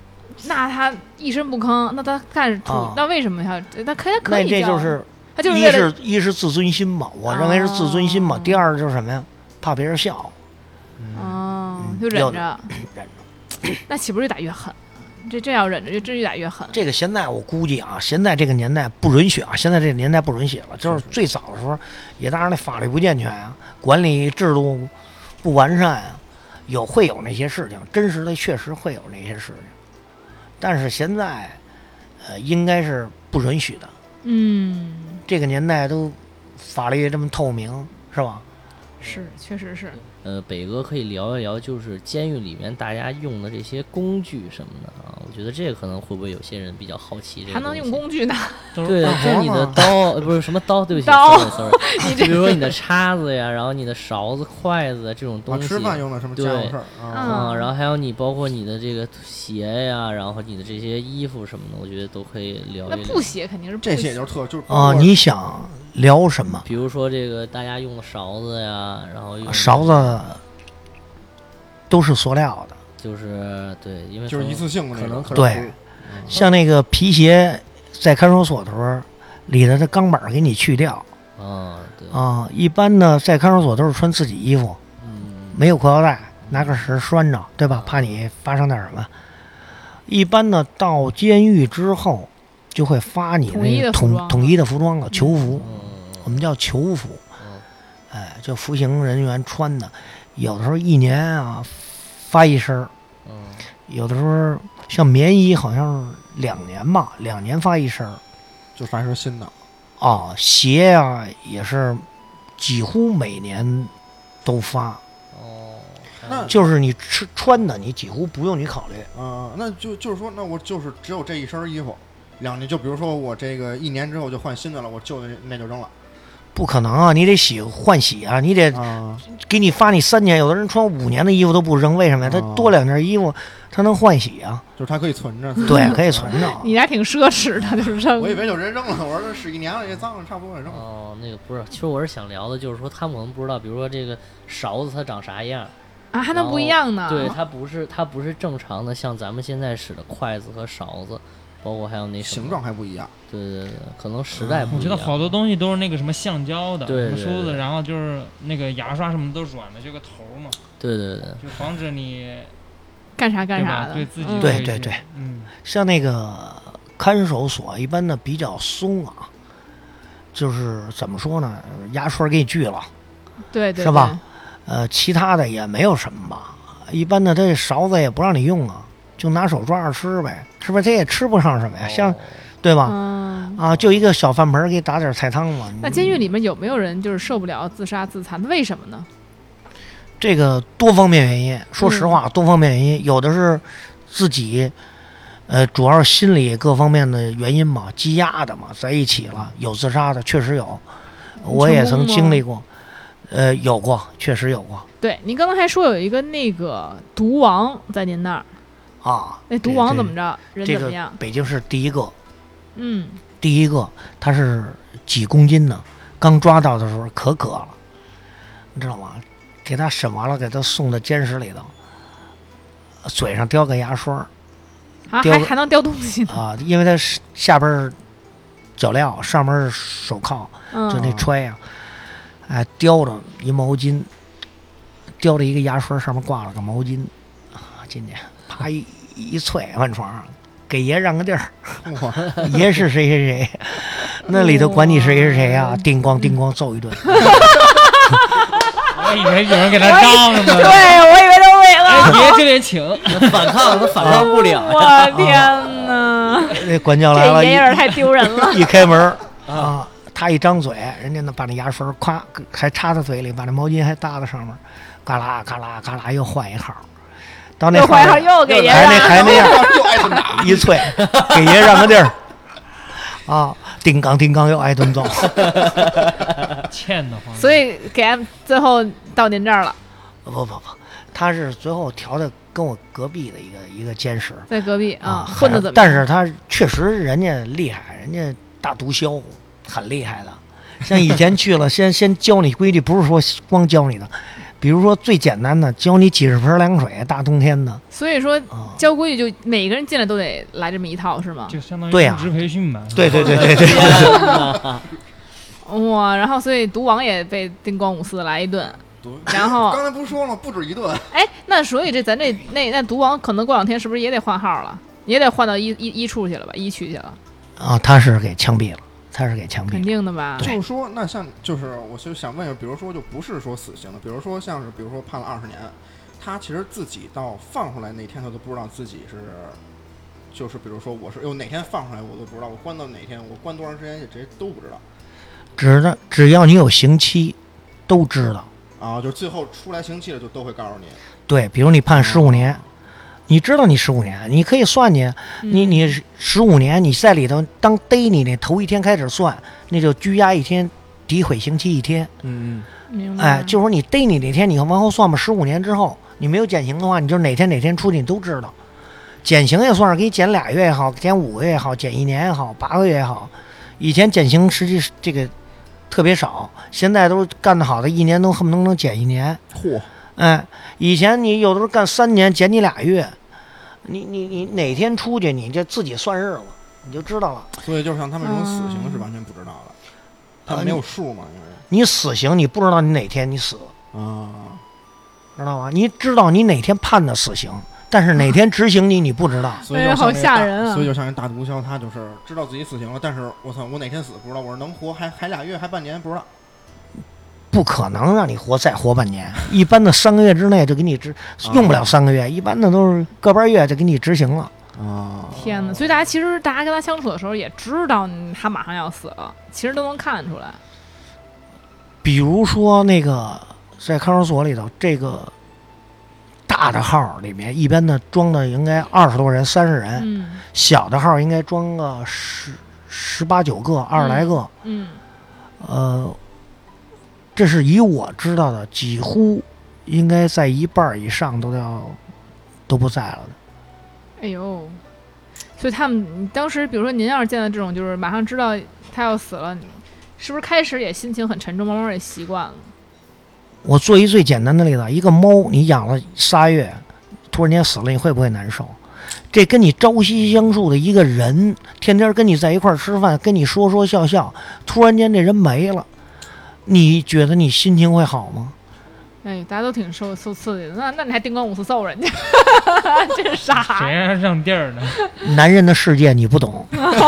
那他一声不吭，那他干那为什么要？他可以叫。
那这就是
他就是为了
一是自尊心嘛，我认为是自尊心嘛。第二就是什么呀？怕别人笑。
就忍着。那岂不是越打越狠？这要忍着，就越打越狠。
这个现在我估计啊，现在这个年代不允许啊，现在这个年代不允许了。就是最早的时候，也当然那法律不健全啊，管理制度不完善啊，会有那些事情，真实的确实会有那些事情。但是现在，应该是不允许的。这个年代都法律这么透明，是吧？
是，确实是。
北哥可以聊一聊，就是监狱里面大家用的这些工具什么的啊。我觉得这个可能会不会有些人比较好奇，这个
还能用工具呢？
对，就你的刀，不是什么刀，对不起
刀
，sorry， 比如说你的叉子呀，然后你的勺子、筷子这种东西，
吃饭用的什么家伙事
儿然后还有你包括你的这个鞋呀，然后你的这些衣服什么的，我觉得都可以聊一聊。
那布鞋肯定是
这些就是
你想聊什么？
比如说这个大家用的勺子呀，然后用
勺子都是塑料的，
就是对，因为
就是一次性的那种，
对，像那个皮鞋在看守所的时候，里头的钢板给你去掉。对一般呢，在看守所都是穿自己衣服，没有裤腰带，拿个绳拴着，对吧？怕你发生点什么。一般呢，到监狱之后就会发你那个统一的服装了，囚服，我们叫囚服，就服刑人员穿的。有的时候一年啊发一身，有的时候像棉衣好像2年吧，2年发一身，
就发一身新的。
鞋啊也是几乎每年都发。就是你穿的，你几乎不用你考虑。
那就是说，那我就是只有这一身衣服，2年，就比如说我这个1年之后就换新的了，我旧的那就扔了。
不可能啊！你得换洗啊！你得给你发你3年，有的人穿5年的衣服都不扔，为什么呀？他多2件衣服，他能换洗啊，
就是他可以存着。
对，可以存着。
你还挺奢侈的，就是扔。
我以为就人扔了，我说这使1年了，也脏了，差不多也扔
了。那个不是，其实我是想聊的，就是说他们可能不知道，比如说这个勺子它长啥样
啊，还能不一样呢？
对，它不是正常的，像咱们现在使的筷子和勺子。包括还有那
形状还不一样，
对，可能时代不一样。
我觉得好多东西都是那个什么橡胶的，
对
梳子，然后就是那个牙刷什么都软的，就个头嘛。
对，
就防止你
干啥的。
对自己
对，像那个看守所一般的比较松啊，就是怎么说呢，牙刷给你锯了，
对，
是吧？其他的也没有什么吧。一般的这勺子也不让你用啊。就拿手抓着吃呗，是不是？他也吃不上什么呀，像，对吧？就一个小饭盆给打点菜汤嘛。
那监狱里面有没有人就是受不了自杀自残？为什么呢？
这个多方面原因，说实话，多方面原因，有的是自己，主要是心理各方面的原因嘛，积压的嘛，在一起了，有自杀的，确实有，我也曾经历过，有过，确实有过。
对，您刚才还说有一个那个毒王在您那儿。那毒王怎么着？人怎么样？
这个北京市第一个，第一个他是几公斤呢？刚抓到的时候可了，你知道吗？给他审完了，给他送到监室里头，嘴上叼个牙刷，
还能叼东西
呢因为他下边脚镣，上面是手铐，就那揣呀，叼着一毛巾，叼着一个牙刷，上面挂了个毛巾，进去。啪一踹往床上，给爷让个地儿，爷是谁谁谁，那里头管你谁是谁啊？叮咣叮咣揍一顿。
我以为有人给他仗呢。
对，我以为都为了
爷这边请
反抗不了。
我天哪！
那管教来了，
这爷有点太丢人了。
一开门他一张嘴，人家把那牙刷咵还插在嘴里，把那毛巾还搭在上面，嘎啦嘎啦嘎啦又换一号。到那
号又给爷
还那样，又挨顿打，一催给爷让个地儿，叮当叮当又挨顿揍，
欠的慌。
所以给俺最后到您这儿了。
不，他是最后调的跟我隔壁的一个监室，
在隔壁混的怎么样？
但是他确实人家厉害，人家大毒枭很厉害的。像以前去了，先教你规矩，不是说光教你的。 比如说最简单的，教你几十盆凉水，大冬天的。
所以说教规矩就每个人进来都得来这么一套，是吗？
就相当于
对呀，
入职培训吧。
对。
哇，然后所以毒王也被叮咣五四来一顿，然后
刚才不是说了吗？不止一顿。
哎，那所以咱那毒王可能过2天是不是也得换号了？也得换到一处去了吧？一区去了。
啊，他是给枪毙了，
肯定的吧？
就是说，那像就是我就想问一下，比如说就不是说死刑的，比如说像是比如说判了20年，他其实自己到放出来那天他都不知道自己是。就是比如说我是哪天放出来我都不知道，我关到哪天，我关多长时间这些都不知道。只要你有刑期，都知道。 啊，就最后出来刑期了，就都会告诉你。
对，比如你判15年，你知道你15年，你可以算计，你15年，你在里头当逮你那头1天开始算，那就拘押1天，诋毁刑期1天。
明白。
哎，就是说你逮你那天，你往后算吧，15年之后你没有减刑的话，你就哪天出去你都知道。减刑也算是给你减2月也好，减5个月也好，减1年也好，8个月也好。以前减刑实际这个特别少，现在都干得好的1年都恨不得能减1年。
嚯！
哎，以前你有的时候干3年，减你2月，你哪天出去你就自己算日子，你就知道了。
所以就像他们这种死刑是完全不知道的，他们没有数嘛。
你死刑你不知道你哪天你死
啊，
知道吗？你知道你哪天判的死刑。但是哪天执行你不知道，
所以
好吓人啊！
所以就像人大毒枭，他就是知道自己死刑了，但是我操，我哪天死不知道，我是能活还2月还半年不知道，
不可能让你再活半年。一般的3个月之内就给你用不了3个月，一般的都是个把月就给你执行了。
啊！天哪！所以大家跟他相处的时候也知道他马上要死了，其实都能看出来。
比如说那个在看守所里头这个。大的号里面一般的装的应该20多人、30人，小的号应该装个18、19个、20来个。这是以我知道的，几乎应该在1半以上都不在了的。
哎呦，所以他们当时，比如说您要是见到这种，就是马上知道他要死了，是不是开始也心情很沉重，慢慢也习惯了？我
做一最简单的例子，一个猫你养了3月，突然间死了，你会不会难受？这跟你朝夕相处的一个人，天天跟你在一块儿吃饭，跟你说说笑笑，突然间这人没了，你觉得你心情会好吗？
哎，大家都挺受刺激的，那你还叮咣五四揍人家，这傻！
谁让地儿呢？
男人的世界你不懂。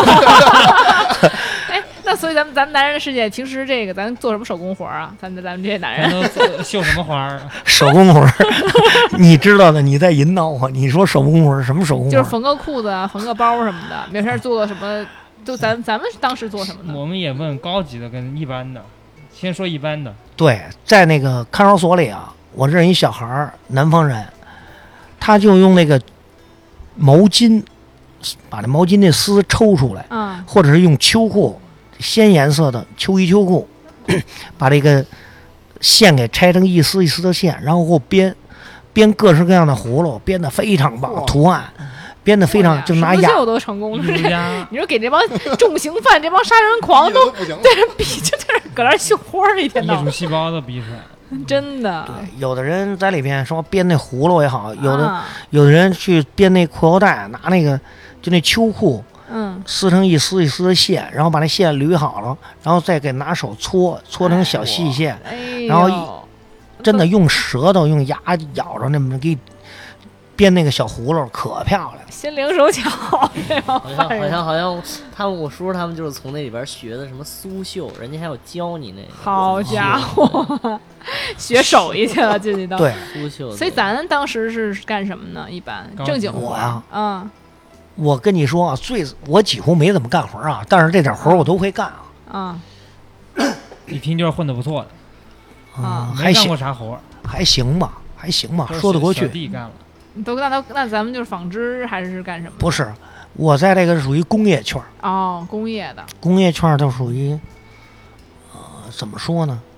那所以咱们男人的世界，平时这个咱做什么手工活啊？咱们这些男人
都绣什么花啊？
手工活，你知道的，你在引导我。你说手工活什么手工活？
就是缝个裤子啊，缝个包什么的，没事做个什么？就咱们当时做什么的？
我们也问高级的跟一般的。先说一般的。
对，在那个看守所里啊，我认识一小孩儿，南方人，他就用那个毛巾，把那毛巾那丝抽出来，或者是用秋裤。鲜颜色的秋衣秋裤，把这个线给拆成一丝一丝的线，然后给我编各式各样的葫芦，编得非常棒，图案编得非常，就拿牙
都成功了。你说给这帮重刑犯、这帮杀人狂都对着比，就在这搁那绣花儿，一天到晚
艺术细胞都逼出来了。
真的，
对，有的人在里边说编那葫芦也好，有的人去编那裤腰带，拿那个就那秋裤。撕成一丝一丝的线，然后把那线捋好了，然后再给拿手搓成小细线，然后真的用舌头用牙咬着那么给编那个小葫芦，可漂亮，
心灵手巧。好
像他们我叔叔他们就是从那里边学的什么苏绣，人家还有教你那个。
好家伙，学手艺去了，进去都
对
苏绣。
所以咱当时是干什么呢？一般正经
我呀，
我
跟你说啊，我几乎没怎么干活啊，但是这点活我都会干啊。
一听就是混得不错的
啊，
没干过啥活，
还行吧，说得过去。
小弟干了。
那咱们就是纺织还是干什么？
不是，我在这个属于工业圈。
哦，工业的。
工业圈都属于，怎么说呢？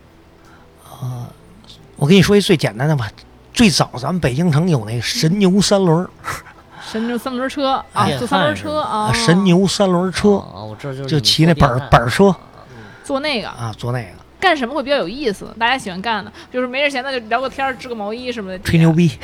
我跟你说一最简单的吧，最早咱们北京城有那神牛3轮。
神牛3轮车啊，坐3轮车啊，
神牛3轮车
啊，我这
就骑那板车，
坐那个
啊，坐那个，
干什么会比较有意思？大家喜欢干的，就是没事闲的就聊个天，织个毛衣什么的，
吹牛逼。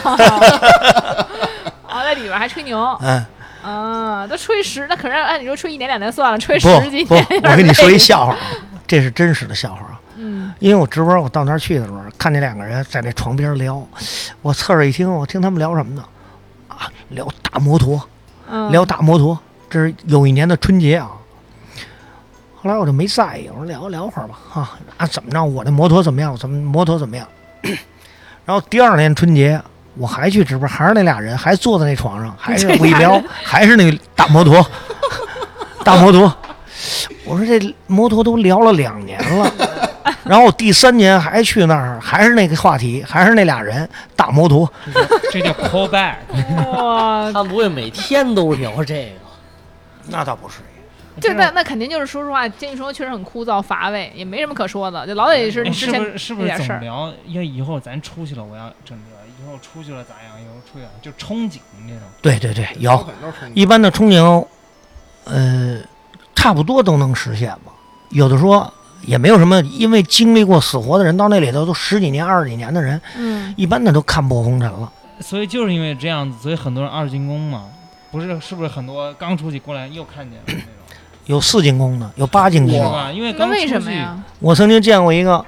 在里边还吹牛。都吹那可是按你说吹1年2年算了，吹10几年。
我跟你说一笑话，这是真实的笑话。因为我值班，我到那儿去的时候，看见2个人在那床边聊，我侧着一听，我听他们聊什么呢？聊大摩托，聊大摩托。这是有一年的春节啊。后来我就没在意，我说聊会儿吧，怎么着？我的摩托怎么样？摩托怎么样？然后第2年春节。我还去值班，还是那俩人，还坐在那床上，还是我一聊，还是那个大摩托，大摩托。我说这摩托都聊了2年了，然后第3年还去那儿，还是那个话题，还是那俩人，大摩托。
这叫 call back。
哇，
他们不会每天都聊这个？
那倒不是。
就那肯定就是说实话，监狱生活确实很枯燥乏味，也没什么可说的，就老得是之前
是不是总聊？要以后咱出去了，我要整这。以后出去了咋样？以后出去了就憧憬这种。
对，有一般的憧憬，差不多都能实现吧。有的说也没有什么，因为经历过死活的人到那里头都10几年、20几年的人，一般的都看破红尘了。
所以就是因为这样子，所以很多人2进宫嘛，是不是很多刚出去过来又看见了那种？
有4进宫的，有8进宫的，
是吧？因为刚出去。
为什么呀？
我曾经见过一个，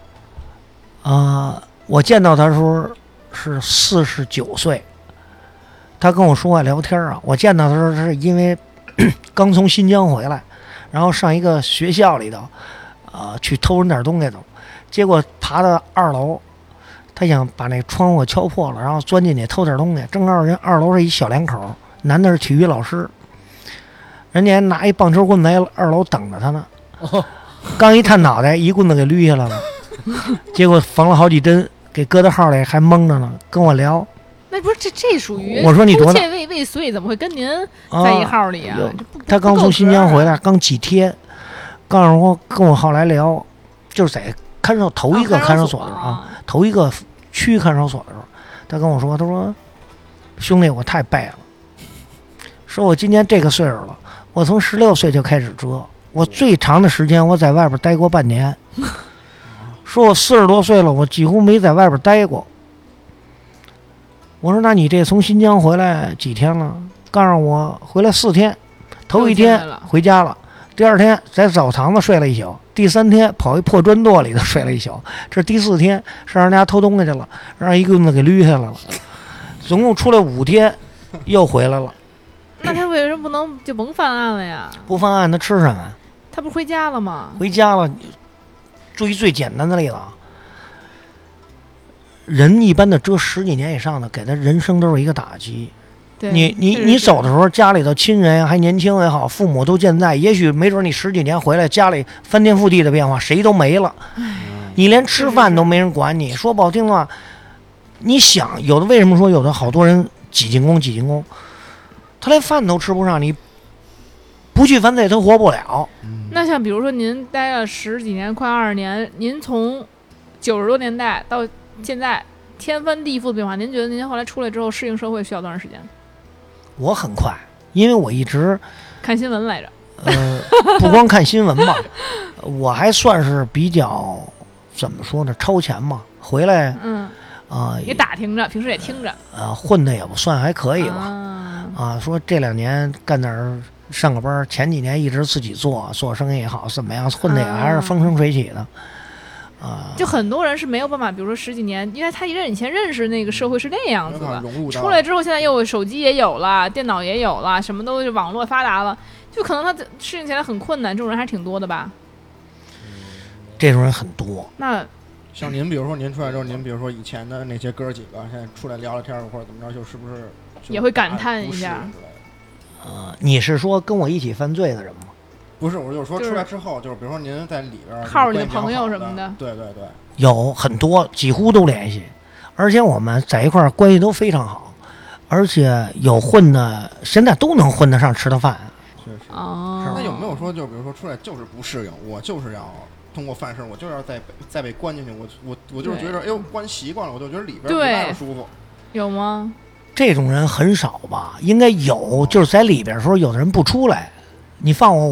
我见到他的时候。是49岁，他跟我说话聊天啊。我见到的时候是因为刚从新疆回来，然后上一个学校里头，去偷人点东西的，结果爬到2楼，他想把那窗户敲破了，然后钻进去偷点东西。正好人2楼是一小2口，男的是体育老师，人家拿一棒球棍在2楼等着他呢。刚一探脑袋，一棍子给捋下来了，结果缝了好几针。给搁到号里还蒙着呢，跟我聊。
那不是这属于
我说你多大？
偷窃未遂，怎么会跟您在一号里啊？
他刚从新疆回来，刚几天，告诉我跟我后来聊，就是在头一个看守所的时候头一个区看守所的时候，他跟我说，他说兄弟，我太背了，说我今年这个岁数了，我从16岁就开始折，我最长的时间我在外边待过半年。说我40多岁了，我几乎没在外边待过。我说那你这从新疆回来几天了？告诉我回来4天，头1天回家了，第2天在澡堂子睡了一宿，第3天跑一破砖垛里头睡了一宿，这是第4天上人家偷东西去了，让一棍子给捋下来了，总共出来5天，又回来了。
那他为什么不能就甭犯案了呀？
不犯案他吃什么？
他不回家了吗？
回家了。注意最简单的例子啊，人一般的折10几年以上的，给他人生都是一个打击。你走的时候，家里头亲人还年轻也好，父母都健在，也许没准你10几年回来，家里翻天覆地的变化，谁都没了，你连吃饭都没人管你。说不好听的话，你想有的为什么说有的好多人几进宫，他连饭都吃不上，你不去犯罪他活不了。
那像比如说您待了10几年，快20年，您从90多年代到现在天翻地覆的变化，您觉得您后来出来之后适应社会需要多长时间？
我很快，因为我一直
看新闻来着。
不光看新闻吧，我还算是比较怎么说呢，超前嘛。回来也
打听着，平时也听着，
混的也不算还可以吧。说这2年干点上个班，前几年一直自己做生意也好，怎么样，混的也还是风生水起的。
就很多人是没有办法，比如说10几年，因为他以前认识那个社会是那样子的，出来之后现在又手机也有了，电脑也有了，什么都网络发达了，就可能他适应起来很困难。这种人还挺多的吧？
这种人很多。
那
像您，比如说您出来之后，您比如说以前的那些哥几个，现在出来聊聊天或者怎么着，就是不是
也会感叹一下？
你是说跟我一起犯罪的人吗？
不是，我就是说出来之后，就是比如说您在里边
号里的朋友什么的，
对，
有很多，几乎都联系，而且我们在一块儿关系都非常好，而且有混的，现在都能混得上吃的饭。
那有没有说，就比如说出来就是不适应，我就是要通过犯事，我就要再被关进去，我就是觉得，哎呦，关习惯了，我就觉得里边比外边舒服。
有吗？
这种人很少吧？应该有，就是在里边的时候，有的人不出来。你放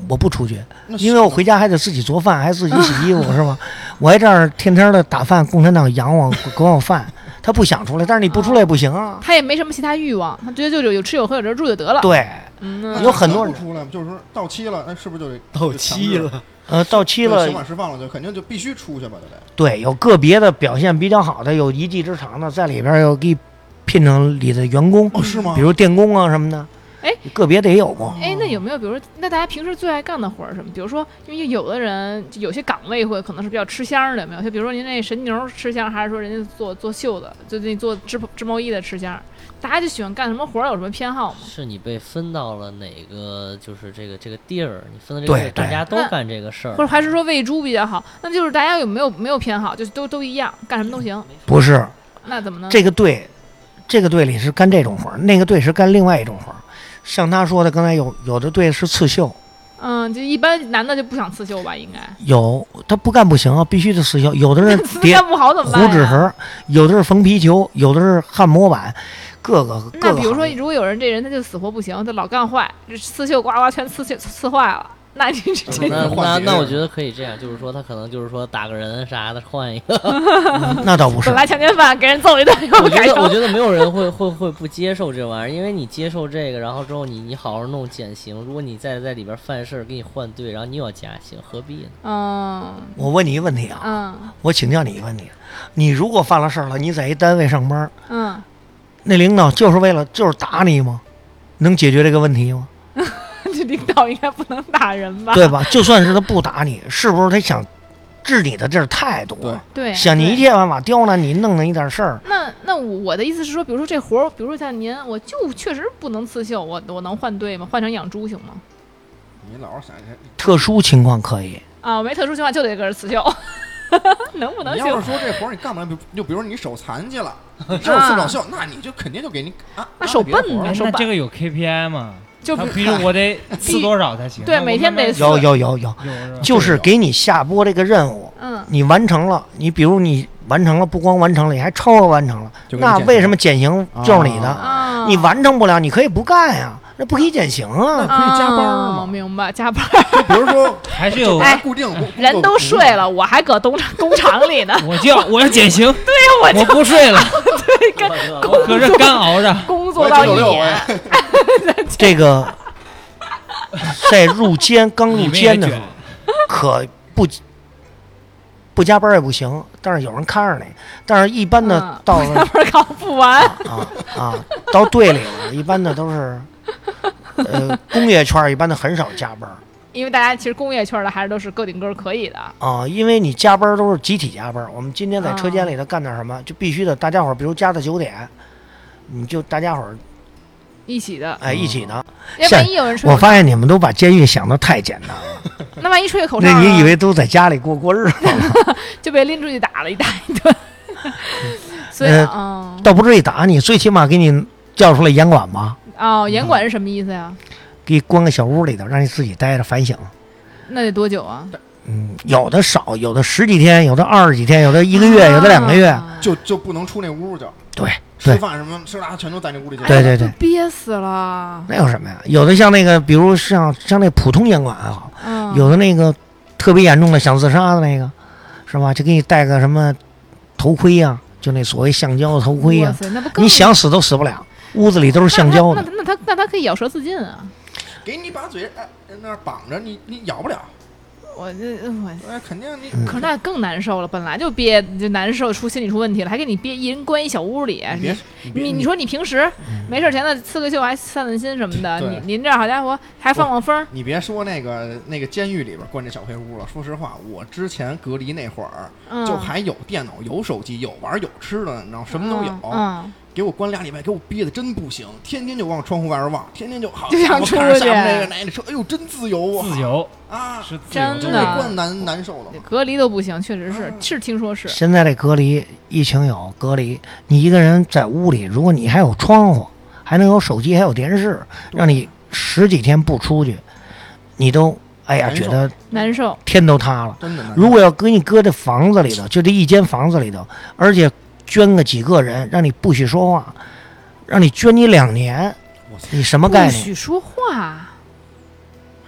我不出去，因为我回家还得自己做饭，还自己洗衣服，是吧？我还这儿天天的打饭，共产党养我，给我饭。他不想出来，但是你不出来也不行啊。
他也没什么其他欲望，他觉得就有吃有喝有这住就得了。
对，有很多人
不出来，就是说到期了，那是不是就得
到期了？
到期了，
刑满释放了，就肯定就必须出去吧，对不对？
对，有个别的表现比较好的，有一技之长的，在里边又给聘成里的员工，
是吗？
比如电工啊什么的。
哎，
个别的也有过。
哎，那有没有比如说，那大家平时最爱干的活儿什么？比如说，因为有的人有些岗位会可能是比较吃香的，有没有？就比如说您那神牛吃香，还是说人家做绣的，就那做织毛衣的吃香？大家就喜欢干什么活儿？有什么偏好吗？
是你被分到了哪个？就是这个地儿，你分的这个地儿，大家都干这个事儿，
或者还是说喂猪比较好？那就是大家有没有偏好？就是都一样，干什么都行？
不是，
那怎么呢？
这个队里是干这种活儿，那个队是干另外一种活儿。像他说的，刚才有的队是刺绣，
就一般男的就不想刺绣吧？应该
有他不干不行啊，必须得刺绣。有的人
干不好怎么办？
糊纸盒，有的是缝皮球，有的是焊模板，各个。
那比如说，如果有人这人他就死活不行，他老干坏，这刺绣呱呱全刺坏了。那你
那我觉得可以这样，就是说他可能就是说打个人啥的换一个，
那倒不是。
本来强奸犯给人揍一顿，
我觉得没有人会不接受这玩意儿，因为你接受这个，然后之后你好好弄减刑，如果你在里边犯事给你换队，然后你又要加刑，何必呢？
我问你一个问题啊，我请教你一个问题，你如果犯了事儿了，你在一单位上班，那领导就是打你吗？能解决这个问题吗？
这领导应该不能打人吧？
对吧？就算是他不打你，是不是他想治你的这是态度？
对，
想你一切办法刁难你，弄那一点事儿。
那我的意思是说，比如说这活儿，比如说像您，我就确实不能刺绣，我能换队吗？换成养猪行吗？
你老是想
特殊情况可以
啊，没特殊情况就得搁这刺绣。能不能行？
你要是说这活儿你干不了，就比如你手残疾了，你只有刺不了绣，那你就肯定就给你
那手笨呢？
那这个有 KPI 吗？
就
比如我得刺多少才行？
对，每天得刺。
有，就是给你下播这个任务，你完成了，你比如你完成了，不光完成了，你还超额完成了，那为什么减刑就是你的？你完成不了，你可以不干呀。那不可以减刑啊，
可以加班吗？
明白，加班。
就比如说，
还是有
固定，
人都睡了，我还搁工厂里呢。
我要减刑，
对，
我不睡了，
对，
搁这干熬着，
工作到1点。
这个在刚入监的时候，可不加班也不行，但是有人看着你。但是一般的到了
加班搞不完
到队里了，一般的都是。工业圈一般的很少加班，
因为大家其实工业圈的还是都是个顶个可以的
啊。因为你加班都是集体加班，我们今天在车间里头干点什么，就必须的，大家伙比如加到9点，你就大家伙
一起的，
一起的。
万一有人吹，
我发现你们都把监狱想得太简单了。
那万一吹口哨，
那你以为都在家里过日子了？
就被拎出去打了一顿。所以
倒不至于打你，最起码给你叫出来严管吧。
严管是什么意思呀？
给你关个小屋里头，让你自己待着反省。
那得多久啊？
有的少，有的10几天，有的20几天，有的1个月，有的2个月，
就不能出那屋就。
对，
吃饭什么吃啥全都在那屋里。
对，
憋死了。
那有什么呀？有的像那个，比如像那普通严管还好，有的那个特别严重的想自杀的那个，是吧？就给你戴个什么头盔呀，就那所谓橡胶头盔呀，你想死都死不了。屋子里都是橡胶的，
那他可以咬舌自尽啊！
给你把嘴那绑着，你咬不了。我肯定你，
可是那更难受了，本来就憋就难受，心理出问题了，还给你憋一人关一小屋里。你说你平时没事前的刺个绣还散散心什么的，您这好家伙还放风。
你别说那个监狱里边关这小黑屋了，说实话，我之前隔离那会儿，就还有电脑、有手机、有玩、有吃的，你知道什么都有。给我关2礼拜，给我憋的真不行，天天就往窗户外边望，天天就
想出去。
下面那个车，哎呦，真自由啊！
自由
啊，
是
真的
关难受了。
隔离都不行，确实是听说是。
现在这隔离，疫情有隔离，你一个人在屋里，如果你还有窗户，还能有手机，还有电视，让你10几天不出去，你都觉得
难受，
天都塌了。
真的难受。
如果要给你搁在房子里头，就这一间房子里头，而且捐个几个人，让你不许说话，让你捐你2年，你什么概念？
不许说话，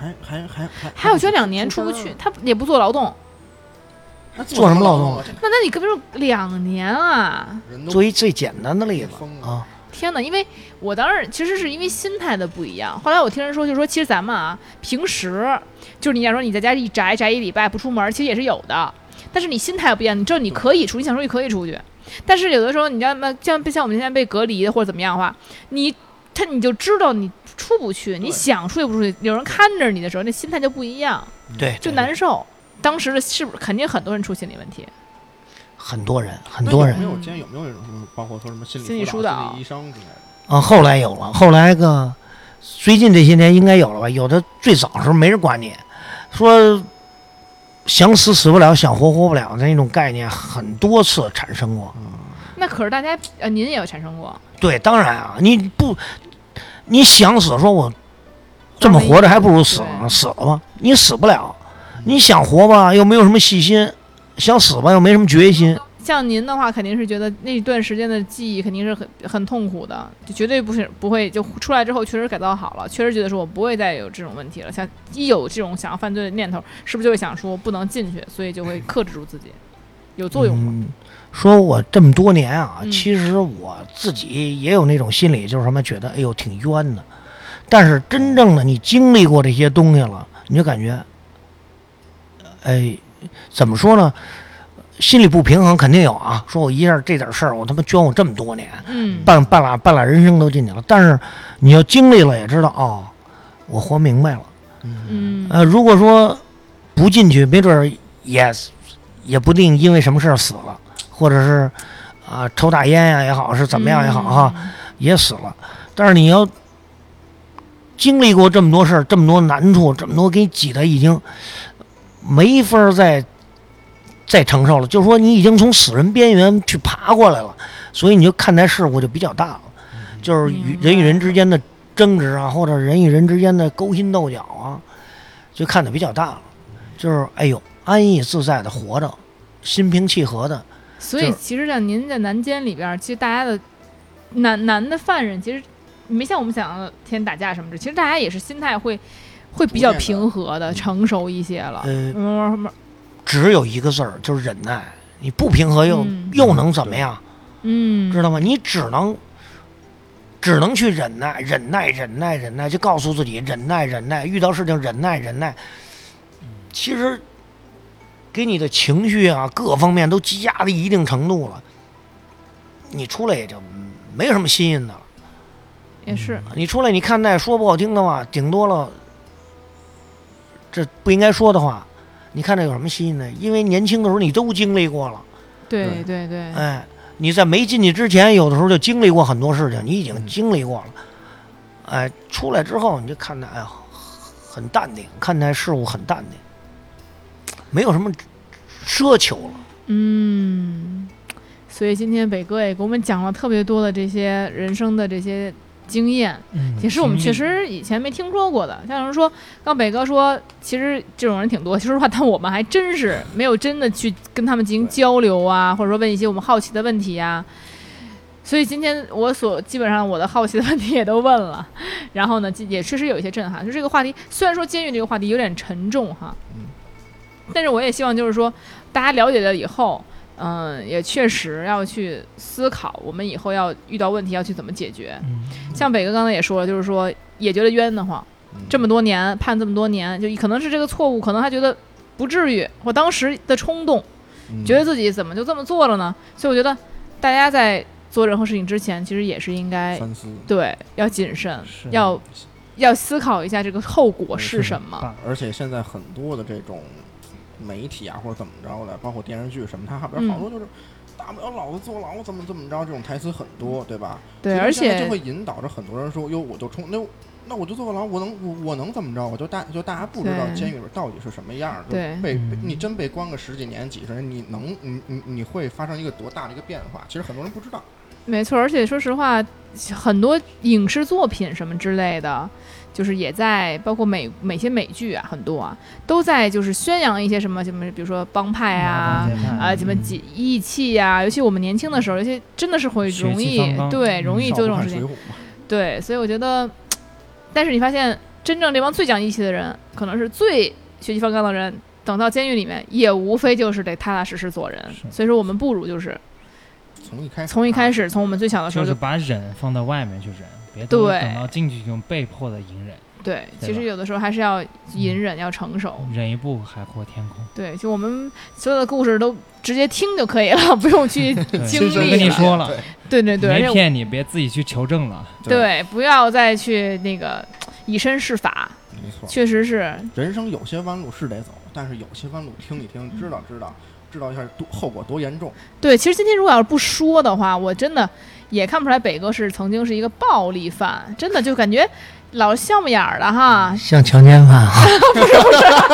还有捐2年出不去，他也不做劳动。
做什么劳动？
那你可别说2年啊！
作为最简单的例子啊！
天哪，因为我当时其实是因为心态的不一样。后来我听人说，就是说，其实咱们啊，平时就是你要说你在家一宅1礼拜不出门，其实也是有的。但是你心态不一样，你知道你可以出，你想出去可以出去。但是有的时候，你知道吗？像我们现在被隔离或者怎么样的话，你就知道你出不去，你想出去不出去，有人看着你的时候，那心态就不一样，
对，
就难受。当时的是不是肯定很多人出心理问题？
很多人。
有没有那种什么，包括说什么心理
疏导、
心理医生之类的？
后来有了，后来最近这些年应该有了吧？有的最早时候没人管你，说想死死不了，想活活不了的那种概念，很多次产生过。
那可是大家您也有产生过？
对，当然啊，你想死，说我这么活着还不如死了，死了吧？你死不了。你想活吧，又没有什么细心；想死吧，又没什么决心。
像您的话，肯定是觉得那段时间的记忆肯定是很痛苦的，就绝对不会就出来之后确实改造好了，确实觉得说我不会再有这种问题了。像一有这种想要犯罪的念头，是不是就会想说不能进去，所以就会克制住自己，有作用吗？
说我这么多年啊，其实我自己也有那种心理，就是什么觉得哎呦挺冤的，但是真正的你经历过这些东西了，你就感觉。怎么说呢？心里不平衡肯定有啊。说我一下这点事儿，我他妈捐我这么多年，半拉人生都进去了。但是你要经历了，也知道哦，我活明白了。如果说不进去，没准也不定因为什么事儿死了，或者是抽大烟呀也好，是怎么样也好哈，也死了。但是你要经历过这么多事儿，这么多难处，这么多给挤的已经。没法再承受了，就是说你已经从死人边缘去爬过来了，所以你就看待事物就比较大了，就是人与人之间的争执啊，或者人与人之间的勾心斗角啊，就看得比较大了，就是哎呦安逸自在的活着，心平气和的。
所以其实像您在南监里边，其实大家的男的犯人其实没像我们想的天天打架什么的，其实大家也是心态会比较平和的，成熟一些了。
只有一个字儿，就是忍耐。你不平和又能怎么样？知道吗？你只能去忍耐，就告诉自己忍耐，遇到事情忍耐。其实给你的情绪啊，各方面都积压到一定程度了，你出来也就没有什么新鲜的了。
也是，
你出来你看待说不好听的话，顶多了。这不应该说的话，你看这有什么新鲜的？因为年轻的时候你都经历过了。
对。
你在没进去之前，有的时候就经历过很多事情，你已经经历过了。出来之后你就看待，很淡定，看待事物很淡定，没有什么奢求了。
所以今天北哥也给我们讲了特别多的这些人生的这些。经验也是我们确实以前没听说过的，像有人说，刚北哥说，其实这种人挺多，说实话，但我们还真是没有真的去跟他们进行交流啊，或者说问一些我们好奇的问题啊。所以今天基本上我的好奇的问题也都问了，然后呢，也确实有一些震撼。就这个话题，虽然说监狱这个话题有点沉重哈，但是我也希望就是说，大家了解了以后。也确实要去思考，我们以后要遇到问题要去怎么解决。像北哥刚才也说了，就是说也觉得冤得慌，这么多年判这么多年，就可能是这个错误，可能他觉得不至于，我当时的冲动，觉得自己怎么就这么做了呢？所以我觉得大家在做任何事情之前，其实也是应该
三思，
对，要谨慎，要思考一下这个后果是什么。
而且现在很多的这种。媒体啊，或者怎么着的，包括电视剧什么，它后边好多就是大不了老子坐牢，怎么着，这种台词很多，对吧？
对，而且
就会引导着很多人说，哟，我就那我就坐牢，我能怎么着？大家不知道监狱里到底是什么样，
对，
你真被关个10几年、几十年，你会发生一个多大的一个变化？其实很多人不知道。
没错，而且说实话，很多影视作品什么之类的。就是也在包括美剧啊，很多啊都在就是宣扬一些什么，比如说帮派啊什么义气啊，尤其我们年轻的时候，尤其真的是会容易做这种事情。对，所以我觉得，但是你发现真正这帮最讲义气的人，可能是最血气方刚的人，等到监狱里面，也无非就是得踏踏实实做人。所以说，我们不如就是从一开始，从我们最小的时候
就是把忍放到外面去忍，别等到进去就被迫的隐忍。
对，其实有的时候还是要隐忍，要成熟，
忍一步海阔天空。
对，就我们所有的故事都直接听就可以了，不用去经历了。
跟你说了，
对，
没骗你，别自己去求证了。
对，不要再去那个以身试法。
没错，
确实是。
人生有些弯路是得走，但是有些弯路听一听，知道一下后果多严重。
对，其实今天如果要是不说的话，我真的也看不出来北哥是曾经是一个暴力犯，真的就感觉老笑不眼儿的哈，
像强奸犯啊。
不是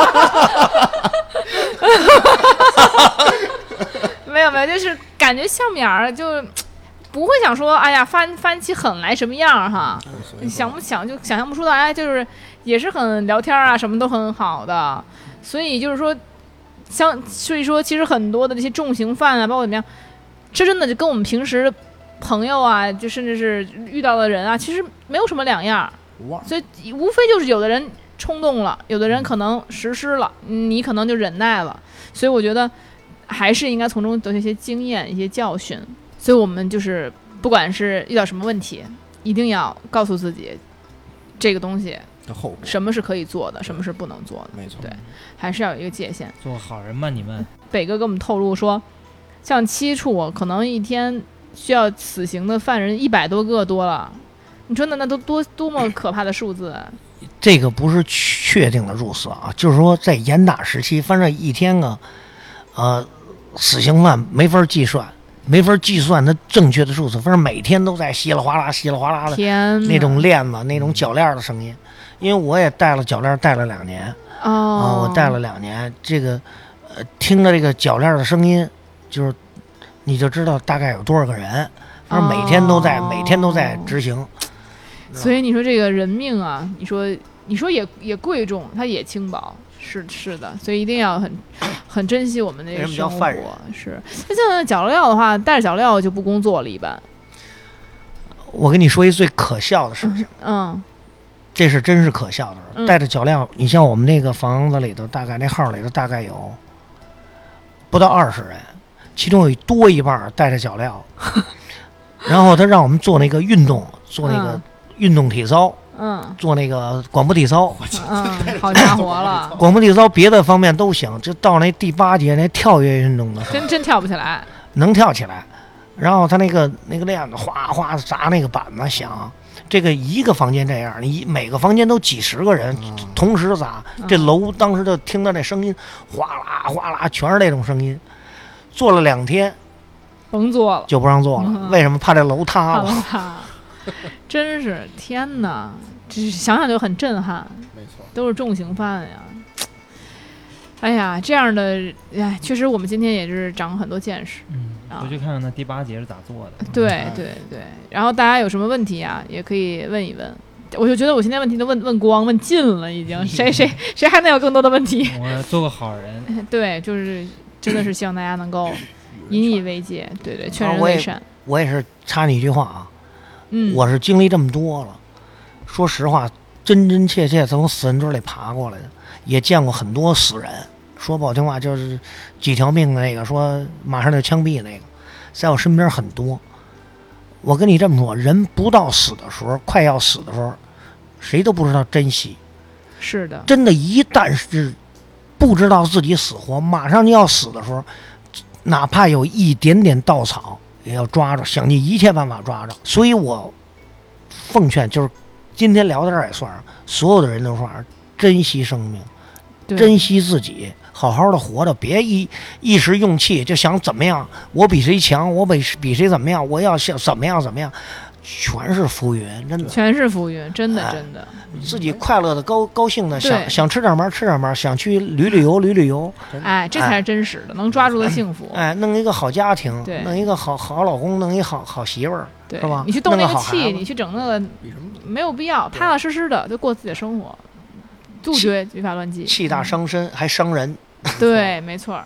没有，就是感觉笑不眼儿，就不会想说哎呀翻起狠来什么样哈，想象不出来，就是也是很聊天啊，什么都很好的，所以就是说所以说其实很多的这些重刑犯啊，包括怎么样，这真的就跟我们平时朋友啊，就甚至是遇到的人啊，其实没有什么两样。所以无非就是有的人冲动了，有的人可能实施了，你可能就忍耐了。所以我觉得还是应该从中得一些经验、一些教训。所以我们就是不管是遇到什么问题，一定要告诉自己这个东西
的后果，
什么是可以做的，什么是不能做的。
没错，
对，还是要有一个界限。
做个好人嘛，你们。
北哥给我们透露说，像7处可能一天需要死刑的犯人100多个多了。你说那都多么可怕的数字啊！
这个不是确定的入死啊，就是说在严打时期，反正一天啊，死刑犯没法计算它正确的数字，反正每天都在稀里哗啦的那种链子、那种铰链的声音。因为我也戴了铰链，戴了2年我戴了2年，这个听着这个铰链的声音，就是你就知道大概有多少个人，反正每天都在执行。
所以你说这个人命啊，你说也贵重，它也轻薄，是的，所以一定要很珍惜我们那个生活。是，那像脚镣的话，带着脚镣就不工作了，一般。
我跟你说一最可笑的事情，这是真是可笑的。带着脚镣，你像我们那个房子里头，大概那号里头大概有不到20人，其中有多一半带着脚镣，然后他让我们做那个运动，做那个。运动体操，做那个广播体操，
好家伙了！
广播体操别的方面都行，就到那第8节那跳跃运动的时候，
真跳不起来，
能跳起来。然后他那个链子哗哗砸那个板子响，这个一个房间这样，你每个房间都几十个人同时砸，这楼当时就听到那声音，哗啦哗啦，全是那种声音。做了2天，
甭做了，
就不让做了。为什么？怕这楼塌了。
真是天哪，这想想就很震撼。
没错，
都是重刑犯呀。哎呀，这样的，哎，确实我们今天也是长了很多见识。
回去看看那第8节是咋做的。
对。然后大家有什么问题啊，也可以问一问。我就觉得我现在问题都问光问尽了，已经谁还能有更多的问题？
我做个好人。
对，就是真的是希望大家能够引以为戒，对，劝人为善。
我也是插你一句话啊。我是经历这么多了，说实话，真切从死人堆里爬过来的，也见过很多死人。说不好听话，就是几条命的那个，说马上就枪毙那个，在我身边很多。我跟你这么说，人不到死的时候，快要死的时候，谁都不知道珍惜。
是的，
真的，一旦是不知道自己死活，马上就要死的时候，哪怕有一点点稻草，也要抓着，想尽一切办法抓着。所以我奉劝，就是今天聊到这儿也算上，所有的人都说珍惜生命，珍惜自己，好好的活着，别一时用气就想怎么样，我比谁强，我比谁怎么样，我要想怎么样，全是浮云，真的，
全是浮云，真的。
自己快乐的高兴的，想吃点嘛吃点嘛，想去旅游，
哎，这才是真实的，能抓住的幸福。
哎，弄一个好家庭，弄一个好老公，弄一好媳妇儿，
对，
是吧？
你去动那个气，你去整那个，没有必要，踏踏实实的就过自己的生活，杜绝违法乱纪，
气大伤身还伤人。
对，没错。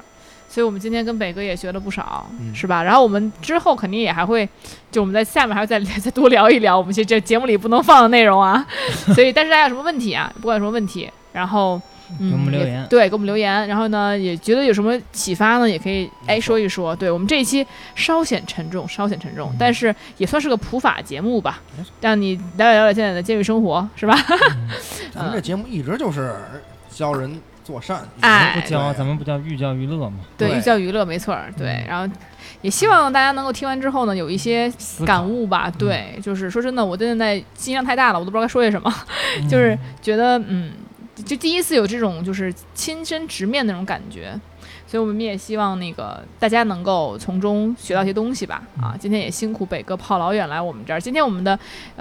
所以我们今天跟北哥也学了不少，是吧？然后我们之后肯定也还会，就我们在下面还会再多聊一聊我们这节目里不能放的内容啊。所以，但是大家有什么问题啊？不管有什么问题，然后
给我们留言，
对，给我们留言。然后呢，也觉得有什么启发呢，也可以说一说。对，我们这一期稍显沉重，但是也算是个普法节目吧，让你了解现在的监狱生活，是吧？
咱们这节目一直就是教人做善，
咱们不叫寓教于乐吗？
对，寓教于乐，没错。对，然后也希望大家能够听完之后呢，有一些感悟吧。对，就是说真的，我现在心量太大了，我都不知道该说些什么，就是觉得就第一次有这种就是亲身直面那种感觉，所以我们也希望那个大家能够从中学到一些东西吧。今天也辛苦北哥跑老远来我们这儿。今天我们的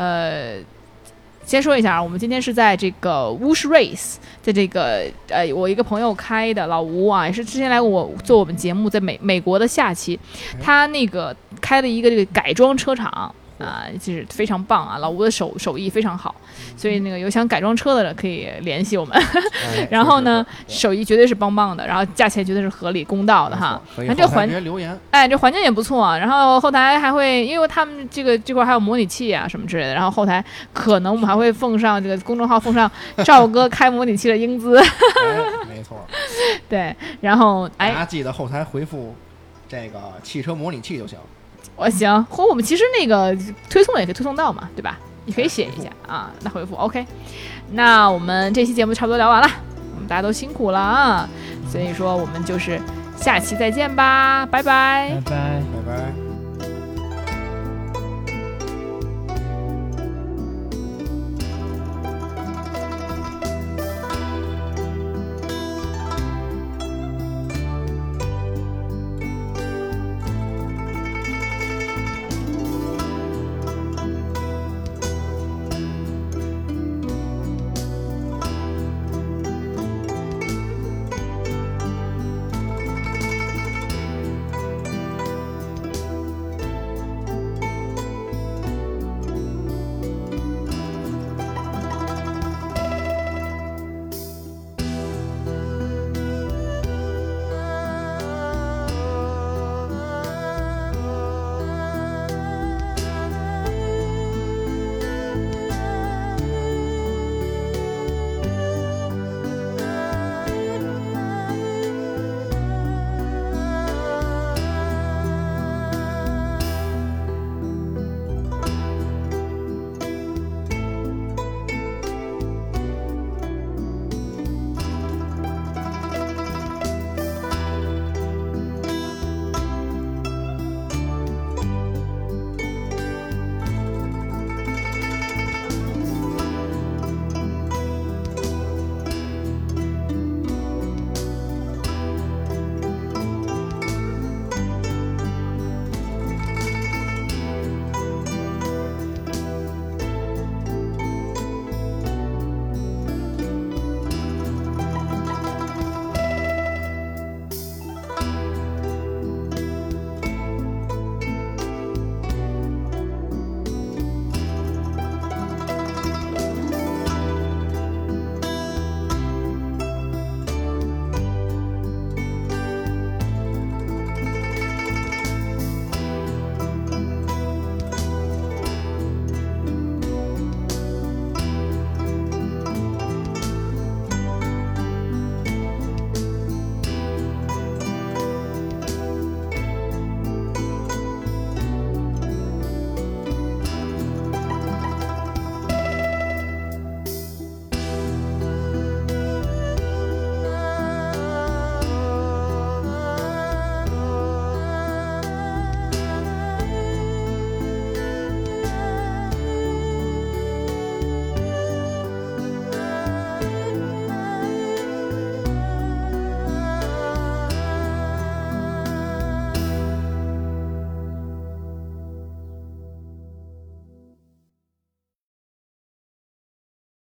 先说一下，我们今天是在这个 Wush Race， 在这个我一个朋友开的，老吴啊，也是之前来过我做我们节目，在美国的下期，他那个开了一个这个改装车厂。就是非常棒啊！老吴的手艺非常好，所以那个有想改装车的人可以联系我们。然后呢，手艺绝对是棒的，然后价钱绝对是合理公道的哈。然后这环境
留言，
这环境也不错。然后后台还会，因为他们这块还有模拟器啊什么之类的。然后后台可能我们还会奉上这个公众号奉上赵哥开模拟器的英姿。
没错。
对，然后
大家记得后台回复这个汽车模拟器就行。
行，或我们其实那个推送也可以推送到嘛，对吧？你可以写一下啊，那回复 OK。那我们这期节目差不多聊完了，我们大家都辛苦了啊，所以说我们就是下期再见吧，拜拜，
拜拜，
拜拜。